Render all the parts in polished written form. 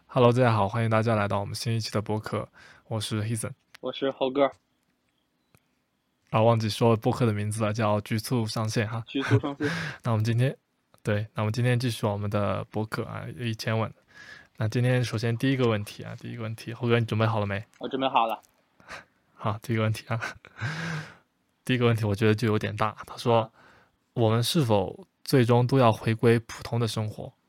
Hello，大家好，欢迎大家来到我们新一期的播客，我是 Heason 我是猴哥。 啊，忘记说播客的名字了，叫局促上线哈。 局促上线。 那我们今天，对，那我们今天继续我们的播客啊，有1000问。那今天首先第一个问题，猴哥你准备好了没？ 我准备好了。 好，第一个问题啊，第一个问题我觉得就有点大，他说啊。 我们是否最终都要回归普通的生活？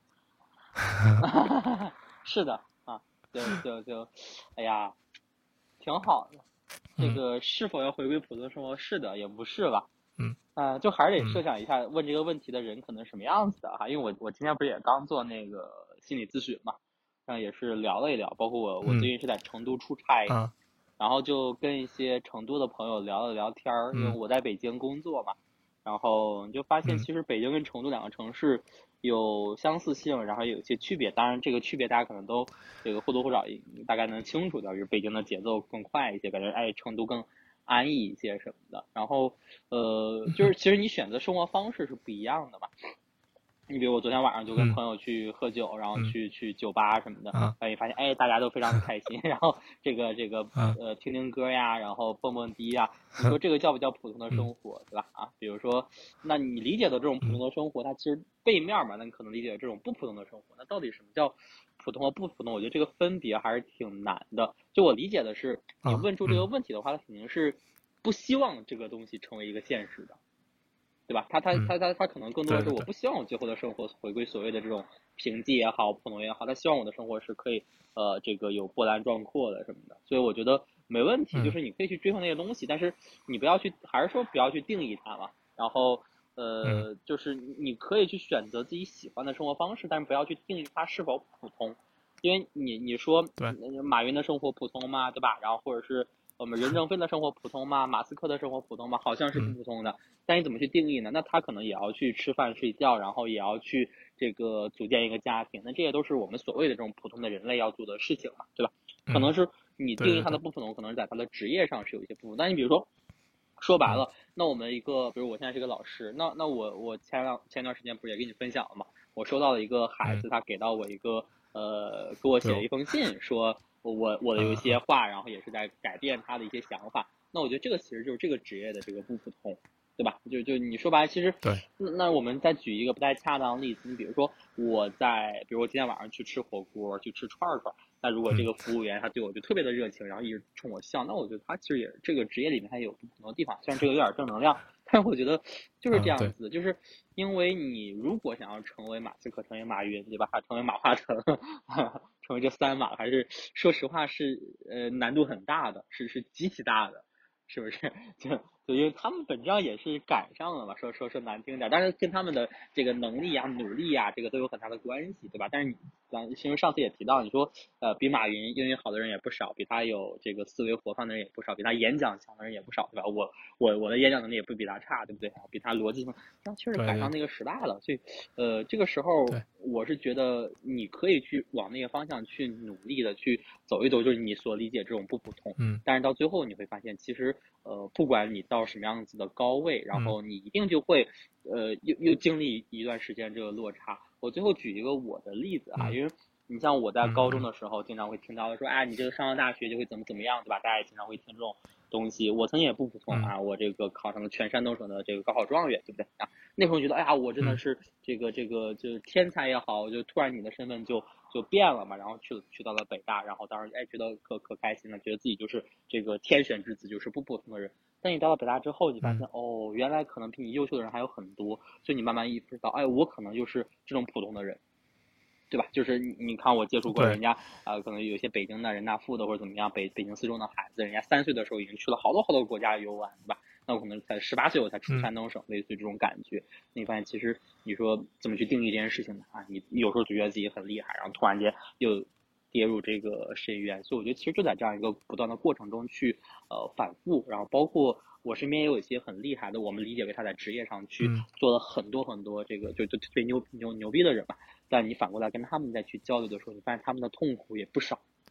是的啊。就，哎呀，挺好的。这嗯个是否要回归普通生活？是的，也不是吧。 嗯就还是得设嗯想一下，问这个问题的人可能什么样子的哈。因为我今天不是也刚做那个心理咨询嘛，然后也是聊了一聊，包括我最嗯近是在成都出差， 啊然后就跟一些成都的朋友聊了聊天儿，因为嗯我在北京工作嘛，然后你就发现嗯其实北京跟成都两个城市有相似性，然后也有一些区别。当然，这个区别大家可能都这个或多或少大概能清楚的，就是北京的节奏更快一些，感觉成都更安逸一些什么的。然后就是其实你选择生活方式是不一样的嘛。你比如我昨天晚上就跟嗯朋友去喝酒，然后嗯去酒吧什么的， 啊发现大家都非常的开心，然后这个啊听听歌呀，然后蹦蹦迪呀。你说这个叫不叫普通的嗯生活，对吧？啊，比如说，那你理解的这种普通嗯的生活，它其实背面嘛，那你可能理解的这种不普通的生活，那到底什么叫普通和不普通？我觉得这个分别还是挺难的。就我理解的是，你问出这个嗯问题的话，它肯定是不希望这个东西成为一个现实的。对吧？他可能更多的对对对， 是我不希望我最后的生活回归所谓的这种平静也好，普通也好，他希望我的生活是可以这个有波澜壮阔的什么的。所以我觉得没问题，就嗯是你可以去追求那些东西，但是你不要去，还是说不要去定义它嘛。然后嗯就是你可以去选择自己喜欢的生活方式，但是不要去定义它是否普通。因为你说对， 马云的生活普通吗？对吧？然后或者是我们任正非的生活普通吗？马斯克的生活普通吗？好像是不嗯普通的。但你怎么去定义呢？那他可能也要去吃饭睡觉，然后也要去这个组建一个家庭，那这些都是我们所谓的这种普通的人类要做的事情嘛，对吧？可嗯能是你定义对对对， 他的不普通，可能是在他的职业上是有一些不同。但你比如说，说白嗯了，那我们一个，比如我现在是一个老师，那我前段时间不是也跟你分享了嘛？我收到了一个孩嗯， 子，他给到我一个给我写了有一封信，说我的有一些话，然后也是在改变他的一些想法。那我觉得这个其实就是这个职业的这个不普通，对吧？就你说白了，其实对， 那我们再举一个不太恰当的例子，你比如说比如我今天晚上去吃火锅，去吃串串，那如果这嗯个服务员他对我就特别的热情，然后一直冲我笑，那我觉得他其实也这个职业里面他有不同的地方，虽然这个有点正能量，但是我觉得就是这样对， 子的，就是因为你如果想要成为马斯克，成为马云，对吧？成为马化腾，成为这三马，还是说实话是难度很大的，是极其大的。是不是？因为他们本质上也是赶上了嘛，说难听点，但是跟他们的这个能力啊、努力啊，这个都有很大的关系，对吧？但是因为上次也提到，你说比马云英语好的人也不少，比他有这个思维活泛的人也不少，比他演讲强的人也不少，对吧？我的演讲能力也不比他差，对不对？比他逻辑性，那确实对对赶上那个时代了，所以这个时候对， 我是觉得你可以去往那个方向去努力的去走一走，就是你所理解这种不普通。 嗯但是到最后你会发现，其实不管你到什么样子的高位，然嗯后你一定就会又经历一段时间这个落差。我最后举一个我的例子啊， 嗯因为你像我在高中嗯嗯的时候，经常会听到说，哎，你这个上了大学就会怎么样，对吧？大家也经常会听这种东西。我曾经也不普通嗯啊，我这个考上了全山东省的这个高考状元，对不对啊？那时候觉得，哎呀，我真的嗯是这个就是天才也好，就突然你的身份就变了嘛，然后去到了北大，然后当时觉得可开心了，觉得自己就是这个天选之子，就是不普通的人。但你到了北大之后，你发嗯现哦，原来可能比你优秀的人还有很多，所以你慢慢意识到，哎，我可能就是这种普通的人，对吧？就是你看我接触过对， 人家可能有些北京的人大附的或者怎么样，北京四中的孩子，人家3岁的时候已经去了好多好多国家游玩，对吧？那我可能才18岁我才出嗯山东省，类似于这种感觉。你发现其实你说怎么去定义这件事情呢？啊，你有时候就觉得自己很厉害，然后突然间又跌入这个深渊。所以我觉得其实就在这样一个不断的过程中去反复，然后包括我身边也有一些很厉害的，我们理解为他在职业上去嗯做了很多很多这个就特别牛逼的人嘛。但你反过来跟他们再去交流的时候，你发现他们的痛苦也不少，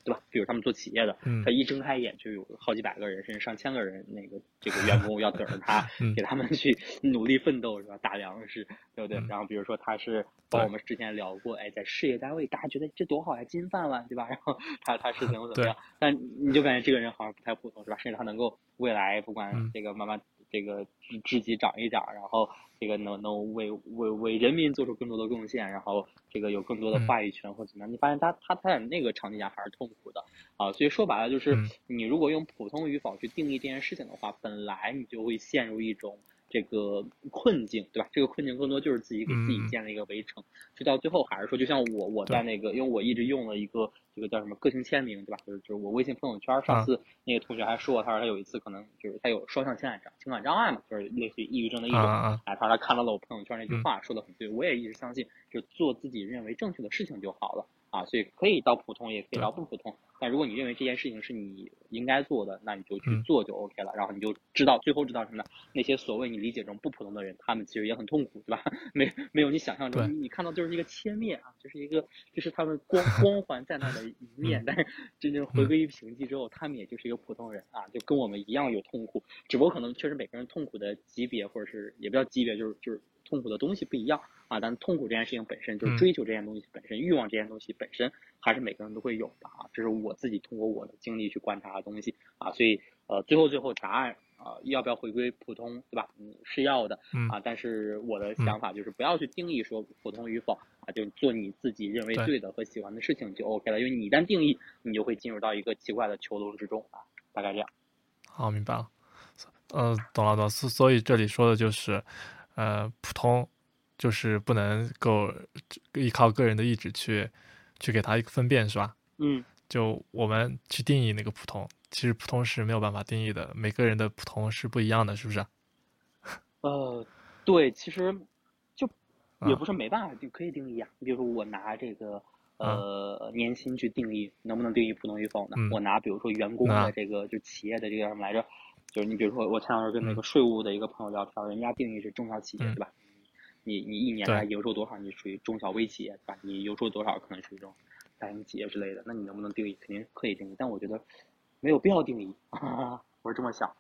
对吧？比如他们做企业的，他一睁开眼就有好几百个人甚至上千个人这个员工要等着他给他们去努力奋斗，是吧？打粮食，对不对？然后比如说他是包括我们之前聊过，在事业单位大家觉得这多好呀，金饭碗，对吧？然后他是怎么样，但你就感觉这个人好像不太普通，是吧？甚至他能够未来不管这个慢慢这个职级涨一涨，然后这个能为人民做出更多的贡献，然后这个有更多的话语权或怎么样，你发现他在那个场景下还是痛苦的啊。所以说白了就是，你如果用普通语法去定义这件事情的话，本来你就会陷入一种这个困境，对吧？这个困境更多就是自己给自己建了一个围城，就到最后还是说，就像我在那个，因为我一直用了一个这个叫什么个性签名，对吧？就是我微信朋友圈，上次那个同学还说，他说他有一次可能就是他有双向情感障碍嘛，就是类似于抑郁症的一种。他说他看到了我朋友圈那句话，说的很对，我也一直相信，就做自己认为正确的事情就好了啊。所以可以到普通，也可以到不普通。但如果你认为这件事情是你应该做的，那你就去做就 OK 了。然后你就最后知道什么呢？那些所谓你理解中不普通的人，他们其实也很痛苦，对吧？没有你想象中，你看到就是一个切面啊，就是他们光环在那的一面，但是真正回归于平静之后，他们也就是一个普通人啊，就跟我们一样有痛苦，只不过可能确实每个人痛苦的级别或者是也不叫级别，就是痛苦的东西不一样啊。但痛苦这件事情本身，就是追求这件东西本身，欲望这件东西本身，还是每个人都会有的啊。这是我自己通过我的经历去观察的东西啊。所以最后答案要不要回归普通，对吧？是要的啊。但是我的想法就是不要去定义说普通与否啊，就做你自己认为对的和喜欢的事情就 OK 了。因为你一旦定义，你就会进入到一个奇怪的囚笼之中啊。大概这样。 好，明白了。懂了。所以这里说的就是，普通就是不能够依靠个人的意志去给他一个分辨，是吧？就我们去定义那个普通，其实普通是没有办法定义的，每个人的普通是不一样的，是不是？ 对，其实就也不是没办法就可以定义啊。比如说我拿这个年薪去定义，能不能定义普通与否呢？我拿比如说员工的这个就企业的这个叫什么来着？就是你比如说我前两天跟那个税务的一个朋友聊天，人家定义是中小企业，对吧？你一年来营收多少，你属于中小微企业，对吧？你营收多少可能属于这种大型企业之类的，那你能不能定义？肯定可以定义，但我觉得没有必要定义我是这么想。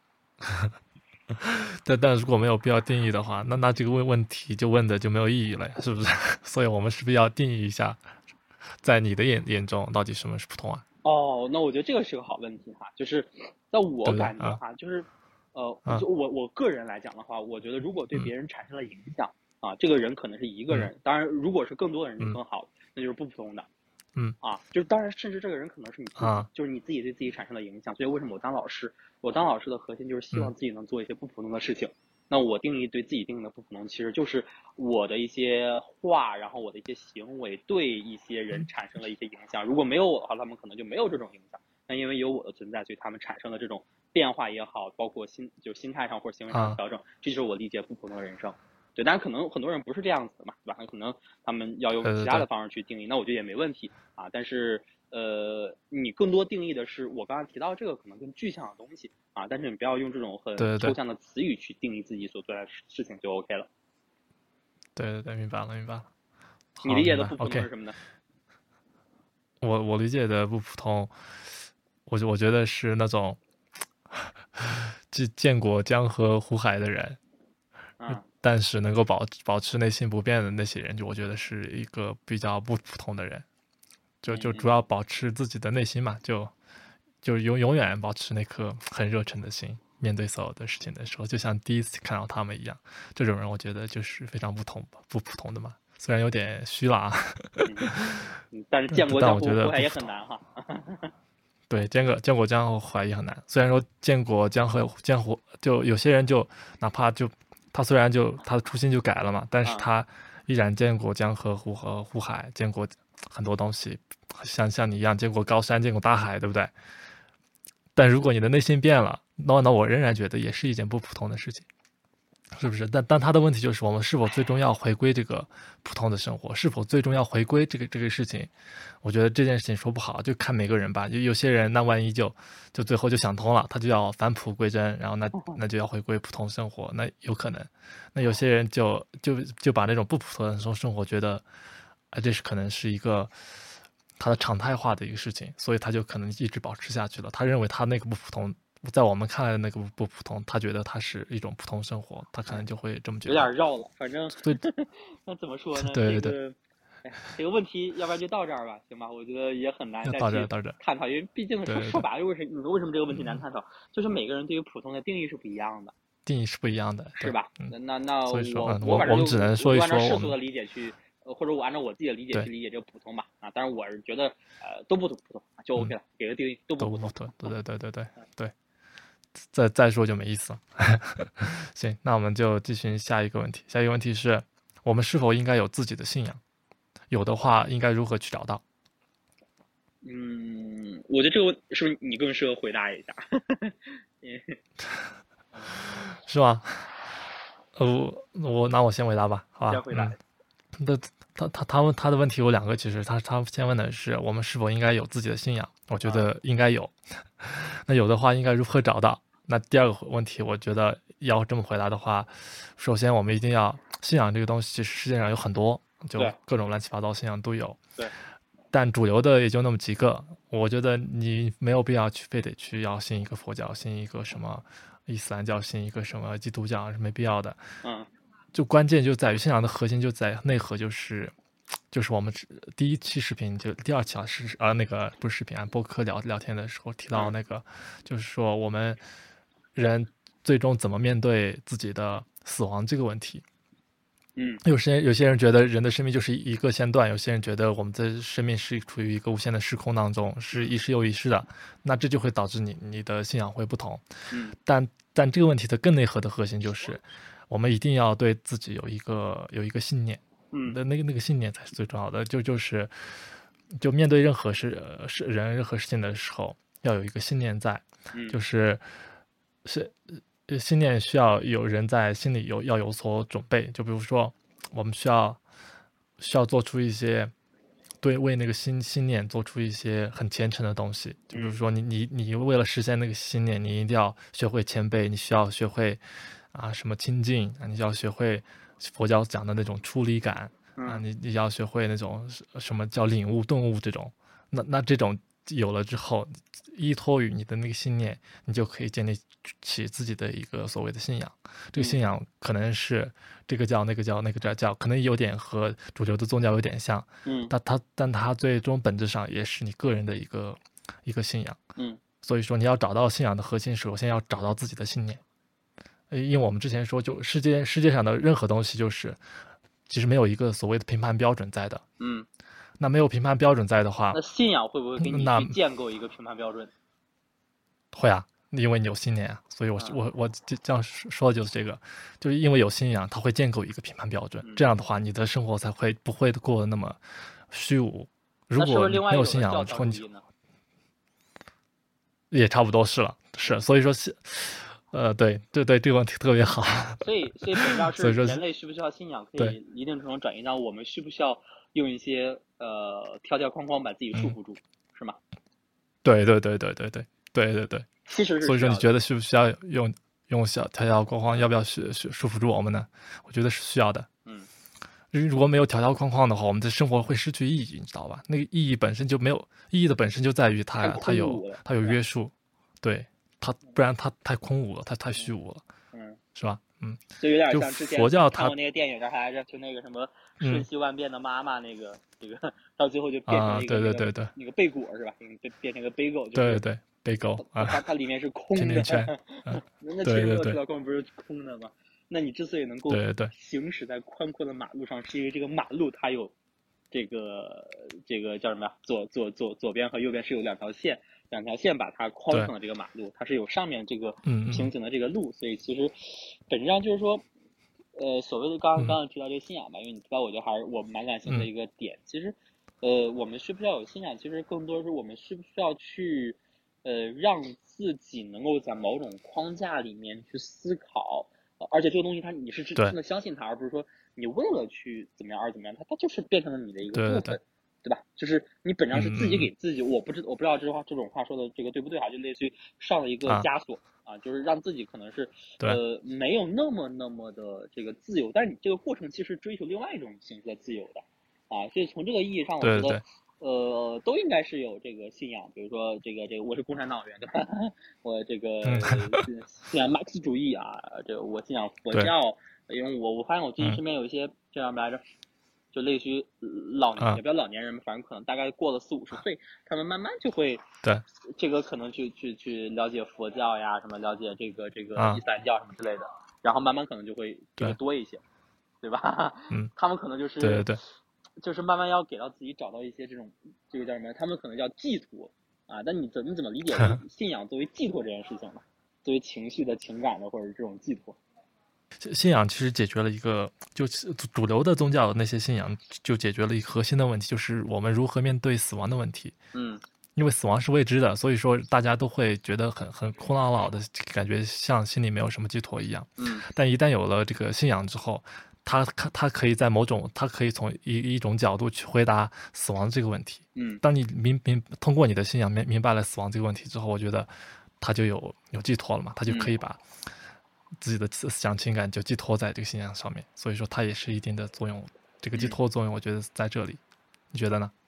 但如果没有必要定义的话，那这个问题就问的就没有意义了呀，是不是？所以我们是不是要定义一下，在你的眼中到底什么是普通啊？ 那我觉得这个是个好问题哈，就是在我感觉哈，就是就我个人来讲的话，我觉得如果对别人产生了影响啊，这个人可能是一个人，当然如果是更多的人就更好，那就是不普通的。就是当然，甚至这个人可能是你自己，就是你自己对自己产生了影响。所以为什么我当老师？我当老师的核心就是希望自己能做一些不普通的事情。那我对自己定义的不普通，其实就是我的一些话，然后我的一些行为对一些人产生了一些影响。如果没有我的话，他们可能就没有这种影响。那因为有我的存在，所以他们产生了这种变化也好，包括心态上或者行为上的调整，这就是我理解不普通的人生。对，但是可能很多人不是这样子的嘛，对吧？可能他们要用其他的方式去定义，那我觉得也没问题啊。但是你更多定义的是我刚才提到这个可能更具象的东西啊，但是你不要用这种很抽象的词语去定义自己所做的事情就 OK 了。 对，明白了。 你理解的不普通是什么呢？ 我理解的不普通，我觉得是那种见过江河湖海的人。但是能够保持内心不变的那些人，就我觉得是一个比较不普通的人，就主要保持自己的内心嘛，就永远保持那颗很热忱的心，面对所有的事情的时候，就像第一次看到他们一样。这种人我觉得就是非常不普通的嘛，虽然有点虚了啊。 但是见过江湖湖海也很难哈。 对，见过江湖湖海也很难。虽然说见过江湖，就有些人就哪怕就。他虽然他的初心就改了嘛，但是他依然见过江河湖海，见过很多东西，像你一样见过高山，见过大海，对不对？但如果你的内心变了，那我仍然觉得也是一件不普通的事情，是不是？但他的问题就是，我们是否最终要回归这个普通的生活？是否最终要回归这个事情？我觉得这件事情说不好，就看每个人吧。有些人，那万一就最后就想通了，他就要返璞归真，然后那就要回归普通生活，那有可能。那有些人就把那种不普通的生活觉得，这是可能是一个它的常态化的一个事情，所以他就可能一直保持下去了。他认为他那个不普通，在我们看来的那个不普通，他觉得它是一种普通生活，他可能就会这么觉有得。 点绕了，反正所以那怎么说呢？ 对对对， 这个，哎，这个问题要不然就到这儿吧，行吧？我觉得也很难要再去到这儿到这儿， 探讨，因为毕竟对对对， 说白了，为什么这个问题难探讨？就是每个人对于普通的定义是不一样的， 定义是不一样的，对， 是吧？那所以说， 我反正我们只能说一我就按照说我们世俗的理解去，或者我按照我自己的理解去对， 理解这个普通吧，啊，但是我是觉得都不普通就 OK 了，给个定义都不都普通， 对对对对对对，再说就没意思了。行，那我们就继续下一个问题。下一个问题是我们是否应该有自己的信仰？有的话，应该如何去找到？ 我觉得这个是不是你更适合回答一下？ 是吗？我先回答吧，好吧？ 先回答。 他的问题有两个，其实他先问的是我们是否应该有自己的信仰？我觉得应该有。那有的话，应该如何找到？那第二个问题，我觉得要这么回答的话，首先我们一定要信仰这个东西，其实世界上有很多，就各种乱七八糟信仰都有。 对。 但主流的也就那么几个，我觉得你没有必要非得去要信一个佛教，信一个什么伊斯兰教，信一个什么基督教是没必要的。就关键就在于信仰的核心就在内核，就是我们第一期视频就第二期是那个不是视频播客聊天的时候提到那个，就是说我们人最终怎么面对自己的死亡这个问题。有些人觉得人的生命就是一个线段，有些人觉得我们的生命是处于一个无限的时空当中，是一世又一世的，那这就会导致你的信仰会不同。但这个问题的更内核的核心就是，我们一定要对自己有一个信念，那个信念才是最重要的。就是面对任何任何事情的时候，要有一个信念在，就是信念需要有人在心里要有所准备，就比如说我们需要做出一些为那个信念做出一些很虔诚的东西，就比如说你为了实现那个信念，你一定要学会谦卑，你需要学会什么清净你要学会佛教讲的那种出离感你要学会那种什么叫领悟顿悟这种，那这种有了之后，依托于你的那个信念，你就可以建立起自己的一个所谓的信仰。这个信仰可能是这个教那个教那个教，可能有点和主流的宗教有点像，但它最终本质上也是你个人的一个信仰。所以说你要找到信仰的核心，首先要找到自己的信念。因为我们之前说，就世界上的任何东西，就是其实没有一个所谓的评判标准在的。那没有评判标准在的话， 那信仰会不会给你去建构一个评判标准？ 会啊，因为你有信念啊，所以我这样说的就是这个，就是因为有信仰，它会建构一个评判标准，这样的话，你的生活才会不会过得那么虚无。如果没有信仰了之后，你也差不多是了，所以说对，这个问题特别好。 所以本质上是人类需不需要信仰，可以一定程度转移到我们需不需要用一些条框框把自己束缚住，是吗？ 对。 其实是。 所以说，你觉得需不需要用条框框？要不要束缚住我们呢？我觉得是需要的。如果没有条框框的话，我们的生活会失去意义，你知道吧？那个意义本身就没有，意义的本身就在于它有约束，对。不然它太空无了，它太虚无了，是吧？ 就有点像之前佛教看过那个电影叫啥来着？就那个什么瞬息万变的妈妈，那个到最后就变成一个那个贝果是吧？变成个贝狗， 对贝狗它里面是空的，那其实没有条框不是空的吗？那你之所以能够行驶在宽阔的马路上，是因为这个马路它有这个叫什么呀？左边和右边是有两条线把它框成了这个马路，它是有上面这个平行的这个路，所以其实本质上就是说，所谓的刚刚提到这个信仰吧，因为你知道，我觉得还是我蛮感兴趣的一个点。其实，我们需不需要有信仰？其实更多是我们需不需要去，让自己能够在某种框架里面去思考，而且这个东西你是真的相信它，而不是说你为了去怎么样而怎么样，它就是变成了你的一个部分。对吧？就是你本质上是自己给自己，我不知道这种话说的这个对不对啊？就类似于上了一个枷锁就是让自己可能是没有那么的这个自由，但是你这个过程其实追求另外一种形式的自由的所以从这个意义上，我觉得都应该是有这个信仰，比如说这个我是共产党员，对吧？我这个嗯， 信仰马克思主义啊，这个我信仰佛对， 教，因为我发现我最近嗯身边有一些这样来着，就类似于老年也啊， 不叫老年人，反正可能大概过了40、50岁，他们慢慢就会对这个可能去了解佛教呀，什么了解这个伊啊， 斯兰教什么之类的，然后慢慢可能就会这个对， 多一些。对吧？ 嗯， 他们可能就是慢慢要给到自己找到一些这个叫什么？他们可能叫寄托啊。但你怎么理解这信仰作为寄托这件事情呢？作为情绪的、情感的，或者这种寄托？ 信仰其实解决了一个，就是主流的宗教那些信仰就解决了一个核心的问题，就是我们如何面对死亡的问题。 嗯因为死亡是未知的，所以说大家都会觉得很空落落的感觉，像心里没有什么寄托一样。 嗯但一旦有了这个信仰之后，他可以在他可以从一种角度去回答死亡这个问题。 嗯当你通过你的信仰明白了死亡这个问题之后，我觉得他就有寄托了嘛，他就可嗯以把自己的思想情感就寄托在这个信仰上面，所以说它也是一定的作用。这个寄嗯托作用，我觉得在这里，你觉得呢？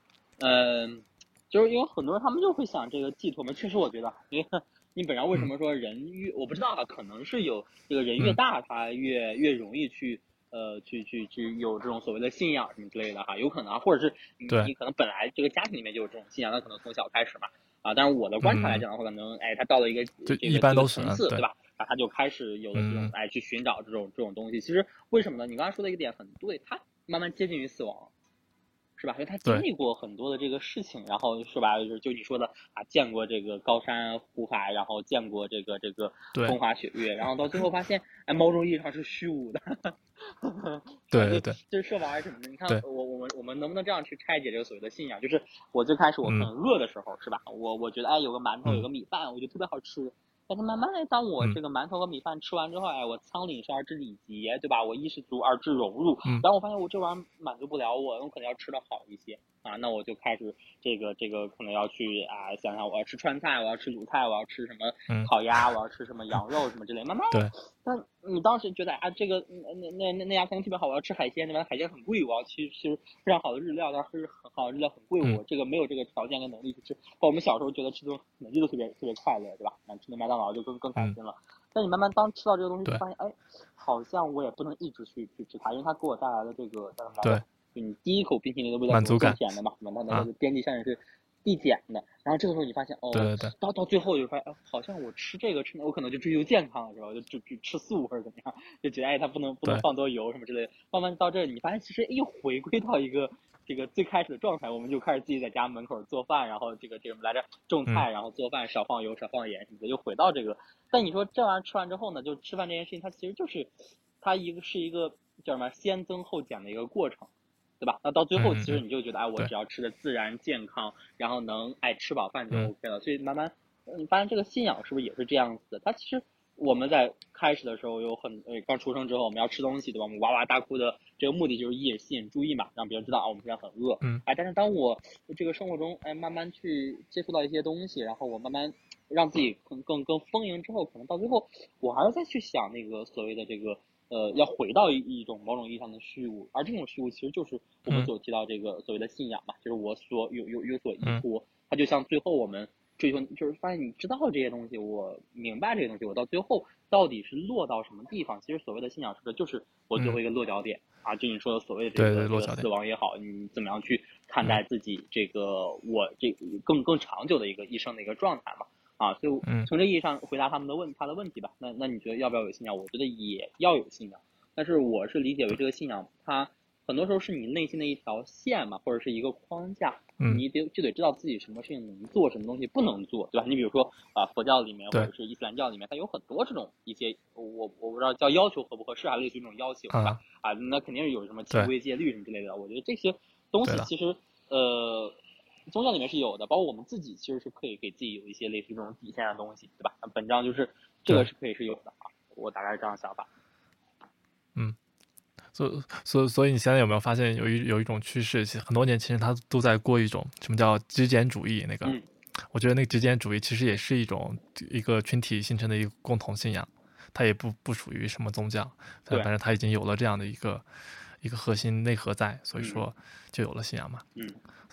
就是因为很多人他们就会想这个寄托嘛。确实，我觉得，因为你本来为什嗯么说人越我不知道啊，可能是有这个人越嗯， 大，他越容易去有这种所谓的信仰什么之类的哈，有可能啊，或者是对， 你可能本来这个家庭里面就有这种信仰，那可能从小开始嘛啊。但是我的观察来嗯， 讲的话，可能他到了一个就这个这个一般都是层次，对对， 吧？啊，他就开始有了这种嗯去寻找这种东西。其实为什么呢？你刚才说的一个点很对，他慢慢接近于死亡。是吧？因为他经对历过很多的这个事情，然后说白了就你说的啊，见过这个高山湖海，然后见过这个对风花雪月，然后到最后发现，哎，某种意义上是虚无的，是吧？就对对就是说玩什么的。你看对， 我们能不能这样去拆解这个所谓的信仰？就是我最开始我很嗯饿的时候，是吧？我觉得哎有个馒头有嗯个米饭，我觉得特别好吃。但是慢慢的，当我嗯这个馒头和米饭吃完之后，哎，我仓廪实而知礼节，对吧？我衣食足而知荣辱。 嗯然后我发现我这玩意儿满足不了我可能要吃的好一些啊。那我就开始这个可能要去啊，想想我要吃川菜，我要吃鲁菜，我要吃什么嗯， 烤鸭，我要吃什么羊肉什么之类。慢慢， 对但你当时觉得啊，这个那家餐厅特别好，我要吃海鲜，那边海鲜很贵，我要去吃非常好的日料，但是很好的日料很贵， 嗯我这个没有这个条件跟能力去吃。包括我们小时候觉得吃这种肯德基都特别快乐，对吧？那吃那麦当劳就更开嗯心了。但你慢慢当吃到这个东西，就对发现，哎，好像我也不能一直去吃它，因为它给我带来的这个叫什么来着？ 对， 就你第一口冰淇淋的味道是满足感更甜的嘛，什么它那啊， 个边际效应是递减的。然后这个时候你发现，哦， 对对对到最后就发现，好像我吃这个吃那，我可能就追求健康了，是吧？就只吃素或者怎么样，就觉得哎，它不能对， 放多油什么之类的。慢慢到这儿，你发现其实又回归到一个这个最开始的状态，我们就开始自己在家门口做饭，然后这个什么来着种嗯菜，然后做饭少放油少放盐什么的，又回到这个。但你说这玩意儿吃完之后呢，就吃饭这件事情，它其实就是它是一个叫什么先增后减的一个过程。对吧？那到最后，其实嗯嗯嗯， 你就觉得，哎，我对， 只要吃的自然健康，然后能吃饱饭就嗯 OK 了。所以慢慢，你发现这个信仰是不是也是这样子的？它其实我们在开始的时候刚出生之后，我们要吃东西，对吧？我们哇哇大哭的这个目的就是吸引注意嘛，让别人知道啊，我们现在很饿。 嗯哎，但是当我这个生活中慢慢去接触到一些东西，然后我慢慢让自己更丰盈之后，可能到最后我还是再去想那个所谓的这个要回到一种某种意义上的虚无，而这种虚无其实就是我们嗯所提到这个所谓的信仰嘛，就是我所有所依嗯托，它就像最后我们追求，就是发现你知道这些东西，我明白这些东西，我到最后到底是落到什么地方？其实所谓的信仰是不是就是我最后嗯， 一个落脚点啊？就你说的所谓的对对， 这个落脚点， 死亡也好，你怎么样去看嗯待自己这个我这更长久的一生的一个状态嘛？啊，所以嗯从这意义上回答他的问题吧。那你觉得要不要有信仰？我觉得也要有信仰。但是我是理解为这个信仰，它很多时候是你内心的一条线嘛，或者是一个框架， 嗯， 你就得知道自己什么事情能做，什么东西不能做，对吧？你比如说啊，佛教里面或对者是伊斯兰教里面，它有很多这种一些我不知道叫要求合不合适，还类似于这种要求，对吧？ 啊， 啊，那肯定是有什么清对规戒律什么之类的。我觉得这些东对的， 西其实宗教里面是有的，包括我们自己其实是可以给自己有一些类似于这种底线的东西，对吧？那本章就是这个对， 是可以是有的啊，我大概是这样想法。 嗯。所以你现在有没有发现有一种趋势，其实很多年轻人他都在过一种什么叫极简主义？那个， 嗯我觉得那个极简主义其实也是一个群体形成的一个共同信仰，它也不属于什么宗教，反对， 正它已经有了这样的一个核心内核在，所以嗯说就有了信仰嘛。 嗯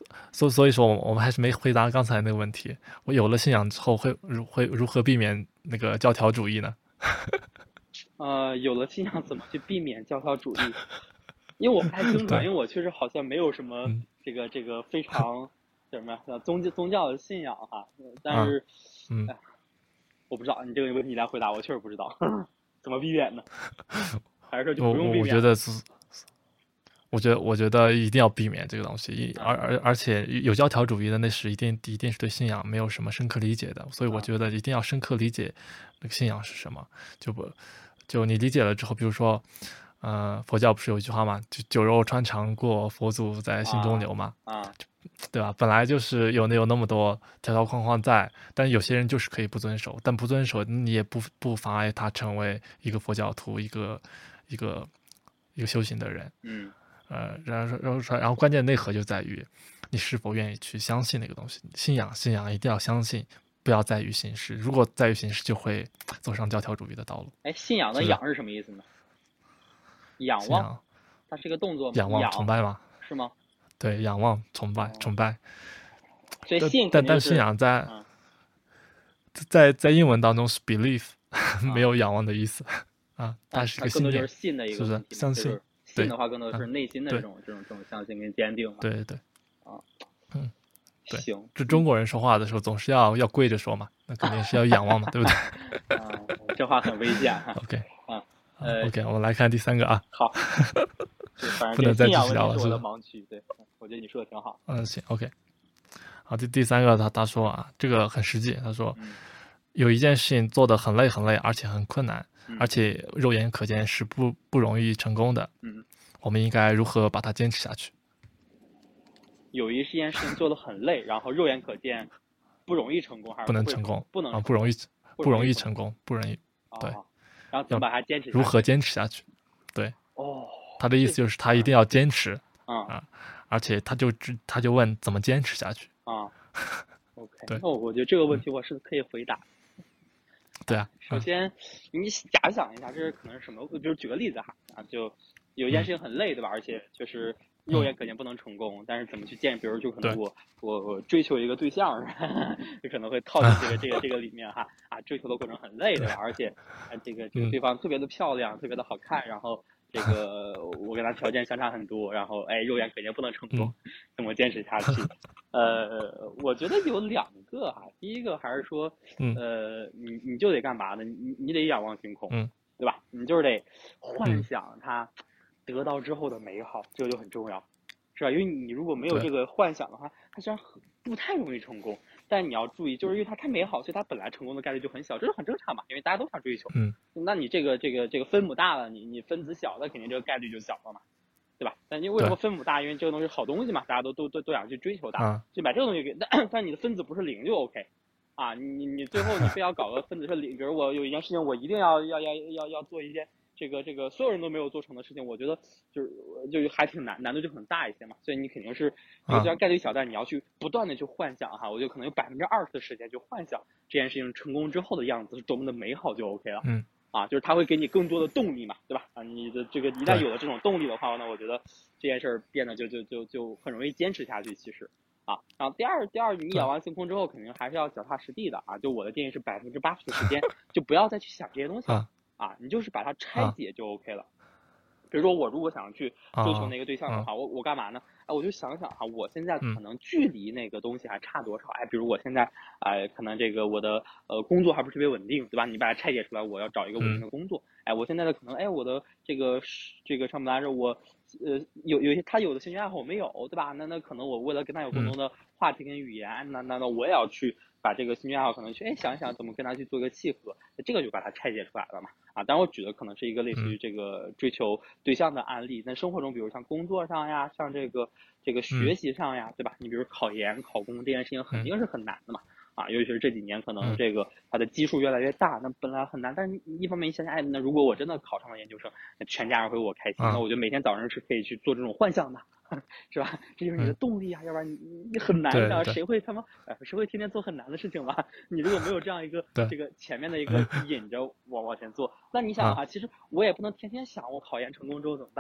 所以说我们还是没回答刚才那个问题。我有了信仰之后会如何避免那个教条主义呢？ 有了信仰怎么去避免教条主义？因为我不太清楚啊， 对， 因为我确实好像没有什么嗯这个非常叫什么宗教的信仰哈，但啊是嗯， 哎，我不知道你这个问题你来回答，我确实不知道怎么避免呢？还是说就不用避免了？ 我觉得我觉得一定要避免这个东西，而且有教条主义的那是一定是对信仰没有什么深刻理解的，所以我觉得一定要深刻理解那个信仰是什么。就你理解了之后，比如说，佛教不是有一句话嘛，就酒肉穿肠过，佛祖在心中留嘛， 啊对吧？本来就是有那么多条条框框在，但有些人就是可以不遵守，但不遵守你也不妨碍他成为一个佛教徒，一个修行的人。 嗯然后关键内核就在于你是否愿意去相信那个东西。信仰一定要相信，不要在于形式。如果在于形式，就会走上教条主义的道路。 哎，信仰的是的， 仰是什么意思呢？仰望， 信仰、 它是一个动作吗？ 仰望、崇拜嘛， 是吗？ 对，仰望、崇拜。 所以信肯但定是信仰嗯在英文当中是 belief，没啊， 有仰望的意思啊，它是一它更多就是个信念， 信的一是不是？ 个问题嘛， 相信， 就是信对， 的话更多的是内心的这对种相信跟坚定嘛。 对对， 啊， 嗯，对。 行， 这中国人说话的时候总是要跪着说嘛，那肯定是要仰望嘛，对不对这话很危险哈。 ？OK。 啊， OK，我们来看第三个啊， 好，反正不能再继这个信仰续聊了， 问题是我的是吧？ 盲区，对，我觉得你说的挺好。 行，OK。好，第三个他说啊，这个很实际，他说嗯有一件事情做得很累很累，而且很困难，而嗯且肉眼可见是不容易成功的， 嗯， 我们应该如何把它坚持下去？ 有一件事情做的很累，然后肉眼可见不容易成功，还是不能会成功不能啊， 成功， 不容易成成功，不容易，对， 啊，然后怎么要把它坚持下去？ 如何坚持下去？对， 哦， 他的意思就是他一定要坚持啊啊，而且他就问怎么坚持下去？ 啊，OK， 对， 那我觉得这个问题我是可以回答。 对啊， 首先，你假想一下，这是可能是什么？比如举个例子哈，就有一件事情很累，对吧？而且就是肉眼可见不能成功，但是怎么去建？比如就可能我追求一个对象，就可能会套进这个里面哈追求的过程很累，对吧？而且这个对方特别的漂亮，特别的好看，然后这个我跟他条件相差很多，然后肉眼可见不能成功，怎么坚持下去？我觉得有两个哈，第一个还是说，你就得干嘛呢？你得仰望星空，对吧？你就是得幻想它得到之后的美好，这个就很重要，是吧？因为你如果没有这个幻想的话，它实际上不太容易成功。但你要注意，就是因为它太美好，所以它本来成功的概率就很小，这是很正常嘛，因为大家都想追求。那你这个分母大了，你分子小，那肯定这个概率就小了嘛。对吧？但因为什么分母大？因为这个东西是好东西嘛，大家都想去追求它，就把这个东西给。但你的分子不是零就 OK，啊，你最后你非要搞个分子是零，比如我有一件事情，我一定要做一件这个所有人都没有做成的事情，我觉得就还挺难度就很大一些嘛，所以你肯定是这个虽然概率小，但你要去不断的去幻想哈，我就可能有20%的时间去幻想这件事情成功之后的样子是多么的美好就 OK 了。就是它会给你更多的动力嘛，对吧？你的这个一旦有了这种动力的话，那我觉得这件事儿变得就很容易坚持下去。其实，然后第二，你仰望星空之后，肯定还是要脚踏实地的就我的建议是80%的时间就不要再去想这些东西了你就是把它拆解就 OK 了。比如说我如果想去追求那个对象的话，我干嘛呢？我就想想我现在可能距离那个东西还差多少？比如我现在可能这个我的工作还不是特别稳定，对吧？你把它拆解出来，我要找一个稳定的工作。我现在的可能我的这个上班来着，我有些他有的兴趣爱好我没有，对吧？那可能我为了跟他有共同的话题跟语言，那我也要去把这个兴趣爱好可能去想一想怎么跟他去做一个契合，这个就把它拆解出来了嘛。当然我举的可能是一个类似于这个追求对象的案例。那生活中，比如像工作上呀，像这个学习上呀，对吧？你比如考研、考公这件事情肯定是很难的嘛。尤其是这几年可能这个它的基数越来越大，那本来很难，但是一方面一想想，那如果我真的考上了研究生，那全家人会为我开心，那我觉得每天早上是可以去做这种幻想的，是吧？这就是你的动力啊，要不然你很难的，谁会天天做很难的事情吧？你如果没有这样一个这个前面的一个引着往前做，那你想其实我也不能天天想我考研成功之后怎么办。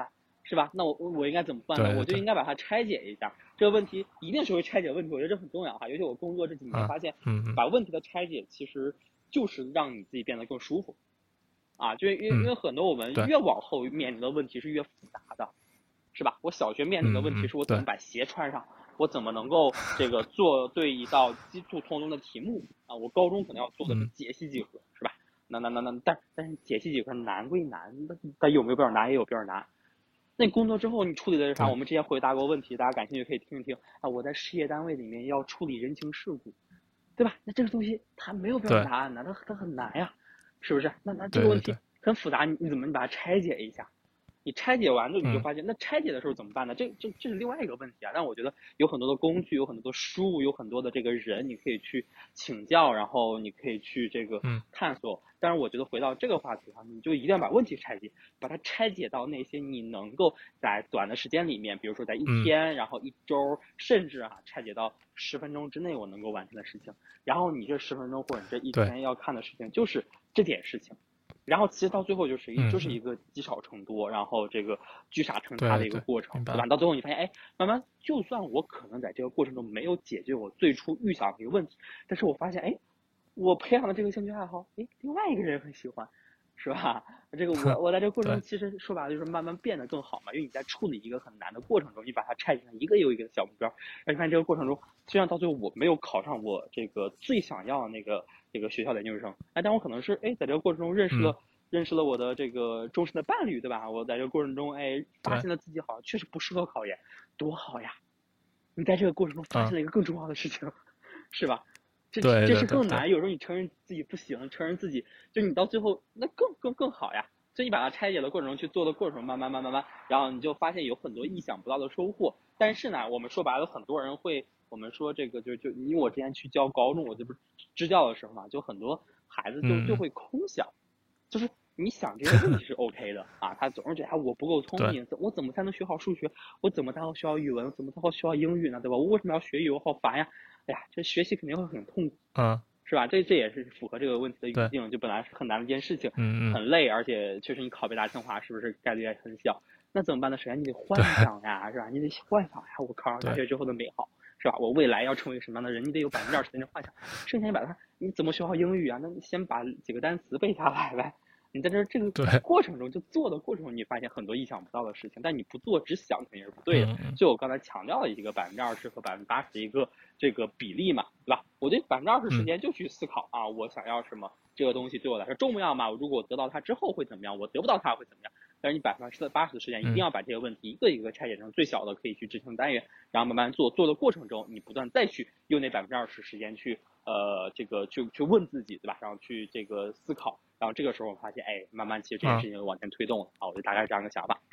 是吧？那我应该怎么办呢？ 对对， 我就应该把它拆解一下。这个问题一定是会拆解问题，我觉得这很重要哈。尤其我工作这几年发现， 嗯把问题的拆解其实就是让你自己变得更舒服啊。就是因为很多我们对， 越往后面临的问题是越复杂的，是吧？我小学面临的问题是我怎么对， 把鞋穿上，我怎么能够这个做对一道基础通用的题目啊？我高中可能要做的是解析几何，是吧？但是解析几何难归难，它有没有标准答案也有标准答案。那你工作之后你处理的是啥？我们之前回答过问题，大家感兴趣可以听一听啊。我在事业单位里面要处理人情世故，对吧？那这个东西它没有标准答案呢，它很难呀，是不是？那这个问题很复杂，你怎么把它拆解一下？你拆解完之后，你就发现，那拆解的时候怎么办呢？这是另外一个问题啊。但我觉得有很多的工具，有很多的书，有很多的这个人，你可以去请教，然后你可以去这个探索。但是我觉得回到这个话题上，你就一定要把问题拆解，把它拆解到那些你能够在短的时间里面，比如说在一天，然后一周，甚至拆解到10分钟之内我能够完成的事情。然后你这10分钟或者你这一天要看的事情就是这点事情。然后其实到最后就是一个积少成多，然后这个聚沙成塔的一个过程，对吧？到最后你发现，哎，慢慢就算我可能在这个过程中没有解决我最初预想的一个问题，但是我发现，哎，我培养的这个兴趣爱好，哎，另外一个人很喜欢，是吧？这个我在这个过程中，其实说白了就是慢慢变得更好嘛，因为你在处理一个很难的过程中，你把它拆成一个又一个的小目标，而且发现这个过程中，虽然到最后我没有考上我这个最想要的那个这个学校的研究生，哎，但我可能是在这个过程中认识了我的这个终身的伴侣，对吧？我在这个过程中，哎，发现了自己好像确实不适合考研，多好呀！你在这个过程中发现了一个更重要的事情，是吧？这是更难。有时候你承认自己不行，承认自己，就你到最后那更好呀。所以你把它拆解的过程中去做的过程中，慢慢，然后你就发现有很多意想不到的收获。但是呢，我们说白了，很多人会，我们说这个就因为我之前去教高中，我这不是支教的时候嘛，就很多孩子就会空想，就是你想这些问题是 OK 的啊，他总是觉得我不够聪明，我怎么才能学好数学？我怎么才好学好语文？怎么才好学好英语呢？对吧？我为什么要学语？我好烦呀！哎呀，这学习肯定会很痛苦，是吧？这也是符合这个问题的语境，就本来是很难的一件事情，很累，而且确实你考北大清华是不是概率也很小？那怎么办呢？首先你得幻想呀，是吧？你得幻想呀，我考上大学之后的美好，是吧？我未来要成为什么样的人？你得有20%的幻想。剩下你把它，你怎么学好英语啊？那你先把几个单词背下来呗。你在这个过程中，就做的过程中，你发现很多意想不到的事情，但你不做只想肯定是不对的。就我刚才强调了一个20%和80%的一个这个比例嘛，对吧？我这20%时间就去思考啊，我想要什么，这个东西对我来说重要吗？如果我得到它之后会怎么样？我得不到它会怎么样？但是你80%的时间一定要把这个问题一个一个拆解成最小的可以去执行单元，然后慢慢做的过程中，你不断再去用那20%时间去这个去问自己，对吧？然后去这个思考。然后这个时候我发现，哎，慢慢其实这件事情就往前推动了啊，我就大概是这样一个想法。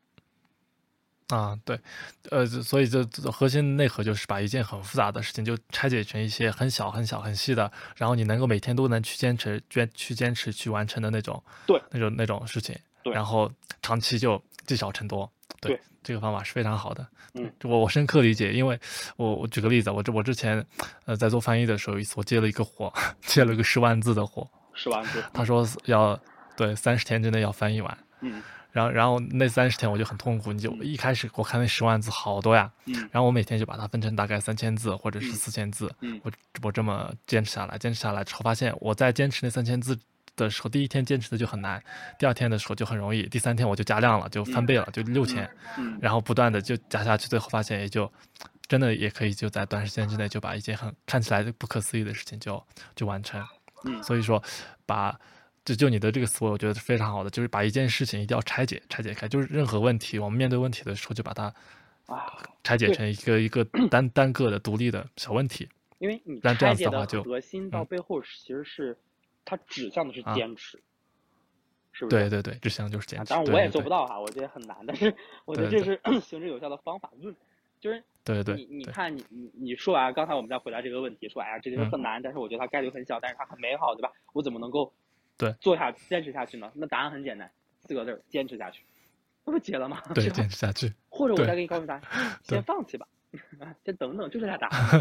对，所以这核心内核就是把一件很复杂的事情就拆解成一些很小很小很细的，然后你能够每天都能去坚持去完成的那种事情，然后长期就积少成多。对，这个方法是非常好的。我深刻理解，因为我举个例子，我之前在做翻译的时候，有一次我接了一个活，接了个10万字的活 ，10万字， 他说要30天之内要翻译完。然后那30天我就很痛苦，你就一开始我看那10万字好多呀，然后我每天就把它分成大概3000字或者是4000字，我这么坚持下来之后，发现我在坚持那3000字的时候，第一天坚持的就很难，第二天的时候就很容易，第3天我就加量了，就翻倍了，就6000，然后不断的就加下去，最后发现也就真的也可以就在短时间之内就把一件看起来不可思议的事情就完成。所以说就你的这个思维，我觉得是非常好的，就是把一件事情一定要拆解开，就是任何问题，我们面对问题的时候，就把它拆解成一个单个的独立的小问题。 因为你拆解的核心到背后其实是它指向的是坚持，是不是？ 对，指向就是坚持。 当然我也做不到哈，我觉得很难，但是我觉得这是行之有效的方法论，就是你看你说完，刚才我们在回答这个问题，说哎呀这个很难，但是我觉得它概率很小，但是它很美好，对吧？我怎么能够坚持下去呢？那答案很简单，4个字：坚持下去。那不结了吗？ 坚持下去。 或者我再给你告诉答案，先放弃吧，先等等，就是这答案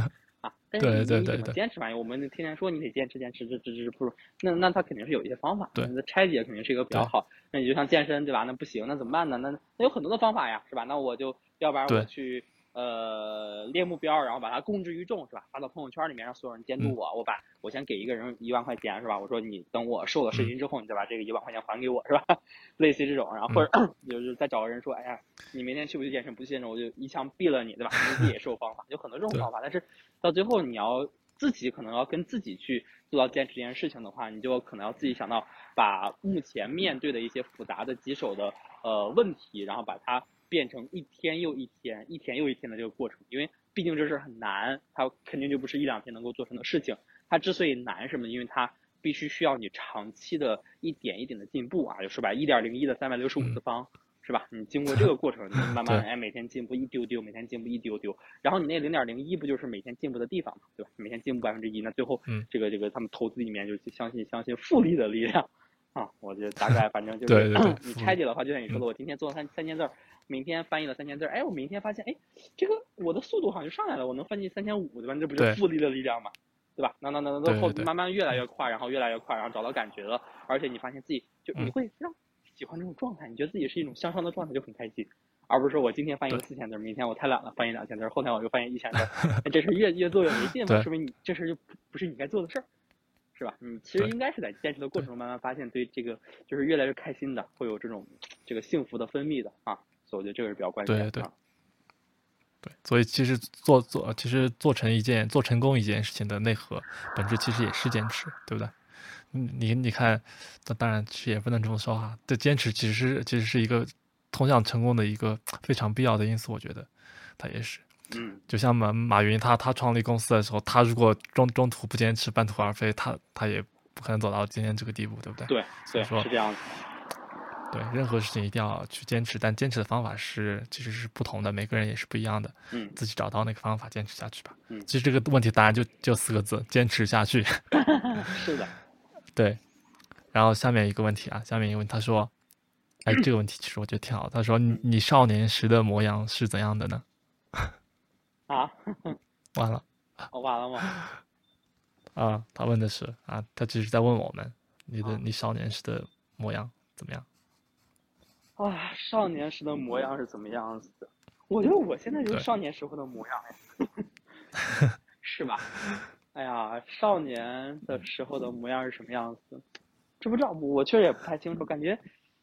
但是你怎么对对对对坚持嘛？我们天天说你得坚持坚持，这不是那他肯定是有一些方法， 对那拆解肯定是一个比较对好。那你就像健身对吧？那不行，那怎么办呢？那有很多的方法呀，是吧？那我就要不然我对， 去列目标，然后把它公之于众，是吧？发到朋友圈里面，让所有人监督我。我先给一个人10000块钱，是吧？我说你等我瘦了10斤之后，你再把这个10000块钱还给我，是吧？类似于这种，然后或者就是再找个人说，哎呀，你明天去不去健身？不去健身，我就一枪毙了你，对吧？你自己也是有方法，有很多这种方法，但是到最后你要自己可能要跟自己去做到坚持这件事情的话，你就可能要自己想到把目前面对的一些复杂的棘手的问题，然后把它变成一天又一天、一天又一天的这个过程，因为毕竟这事很难，它肯定就不是1-2天能够做成的事情。它之所以难什么，因为它必须需要你长期的一点一点的进步啊，就说白1.01的365次方。是吧？你经过这个过程，你慢慢每天进步一丢丢，每天进步一丢丢，然后你那0.01不就是每天进步的地方嘛，对吧？每天进步1%，那最后这个他们投资里面就相信复利的力量啊，我觉得大概反正就是对对对你拆解的话，就像你说的，我今天做了三千字，明天翻译了3000字，哎，我明天发现，哎，这个我的速度好像就上来了，我能翻译3500，对吧？这不就复利的力量嘛？对吧？那最后慢慢越来越快，然后越来越快，然后找到感觉了，而且你发现自己就你会让喜欢这种状态，你觉得自己是一种向上的状态，就很开心，而不是说我今天翻译了4000字，明天我太懒了翻译2000字，后天我又翻译1000字，这事越做越没劲嘛，说明你这事就不是你该做的事儿，是吧？你其实应该是在坚持的过程中慢慢发现，对这个就是越来越开心的，会有这种幸福的分泌的啊，所以我觉得这个是比较关键的。 对，所以其实做成功一件事情的内核本质其实也是坚持，对不对？你看，当然其实也不能这么说哈。这坚持其实是一个通向成功的一个非常必要的因素，我觉得它也是。就像马云他创立公司的时候，他如果中途不坚持，半途而废，他也不可能走到今天这个地步，对不对？ 对， 所以说是这样子。 对，任何事情一定要去坚持，但坚持的方法其实是不同的，每个人也是不一样的。自己找到那个方法，坚持下去吧。其实这个问题答案就4个字：坚持下去。 是的。 对。然后下面一个问题，他说：“哎，这个问题其实我觉得挺好。他说你少年时的模样是怎样的呢？” 啊， 完了。 完了吗？ 啊，他问的是啊，他只是在问我们，你少年时的模样怎么样？ 啊，少年时的模样是怎么样子的？我觉得我现在就是少年时候的模样呀，是吧？哎呀，少年的时候的模样是什么样子？这不知道，我确实也不太清楚，感觉，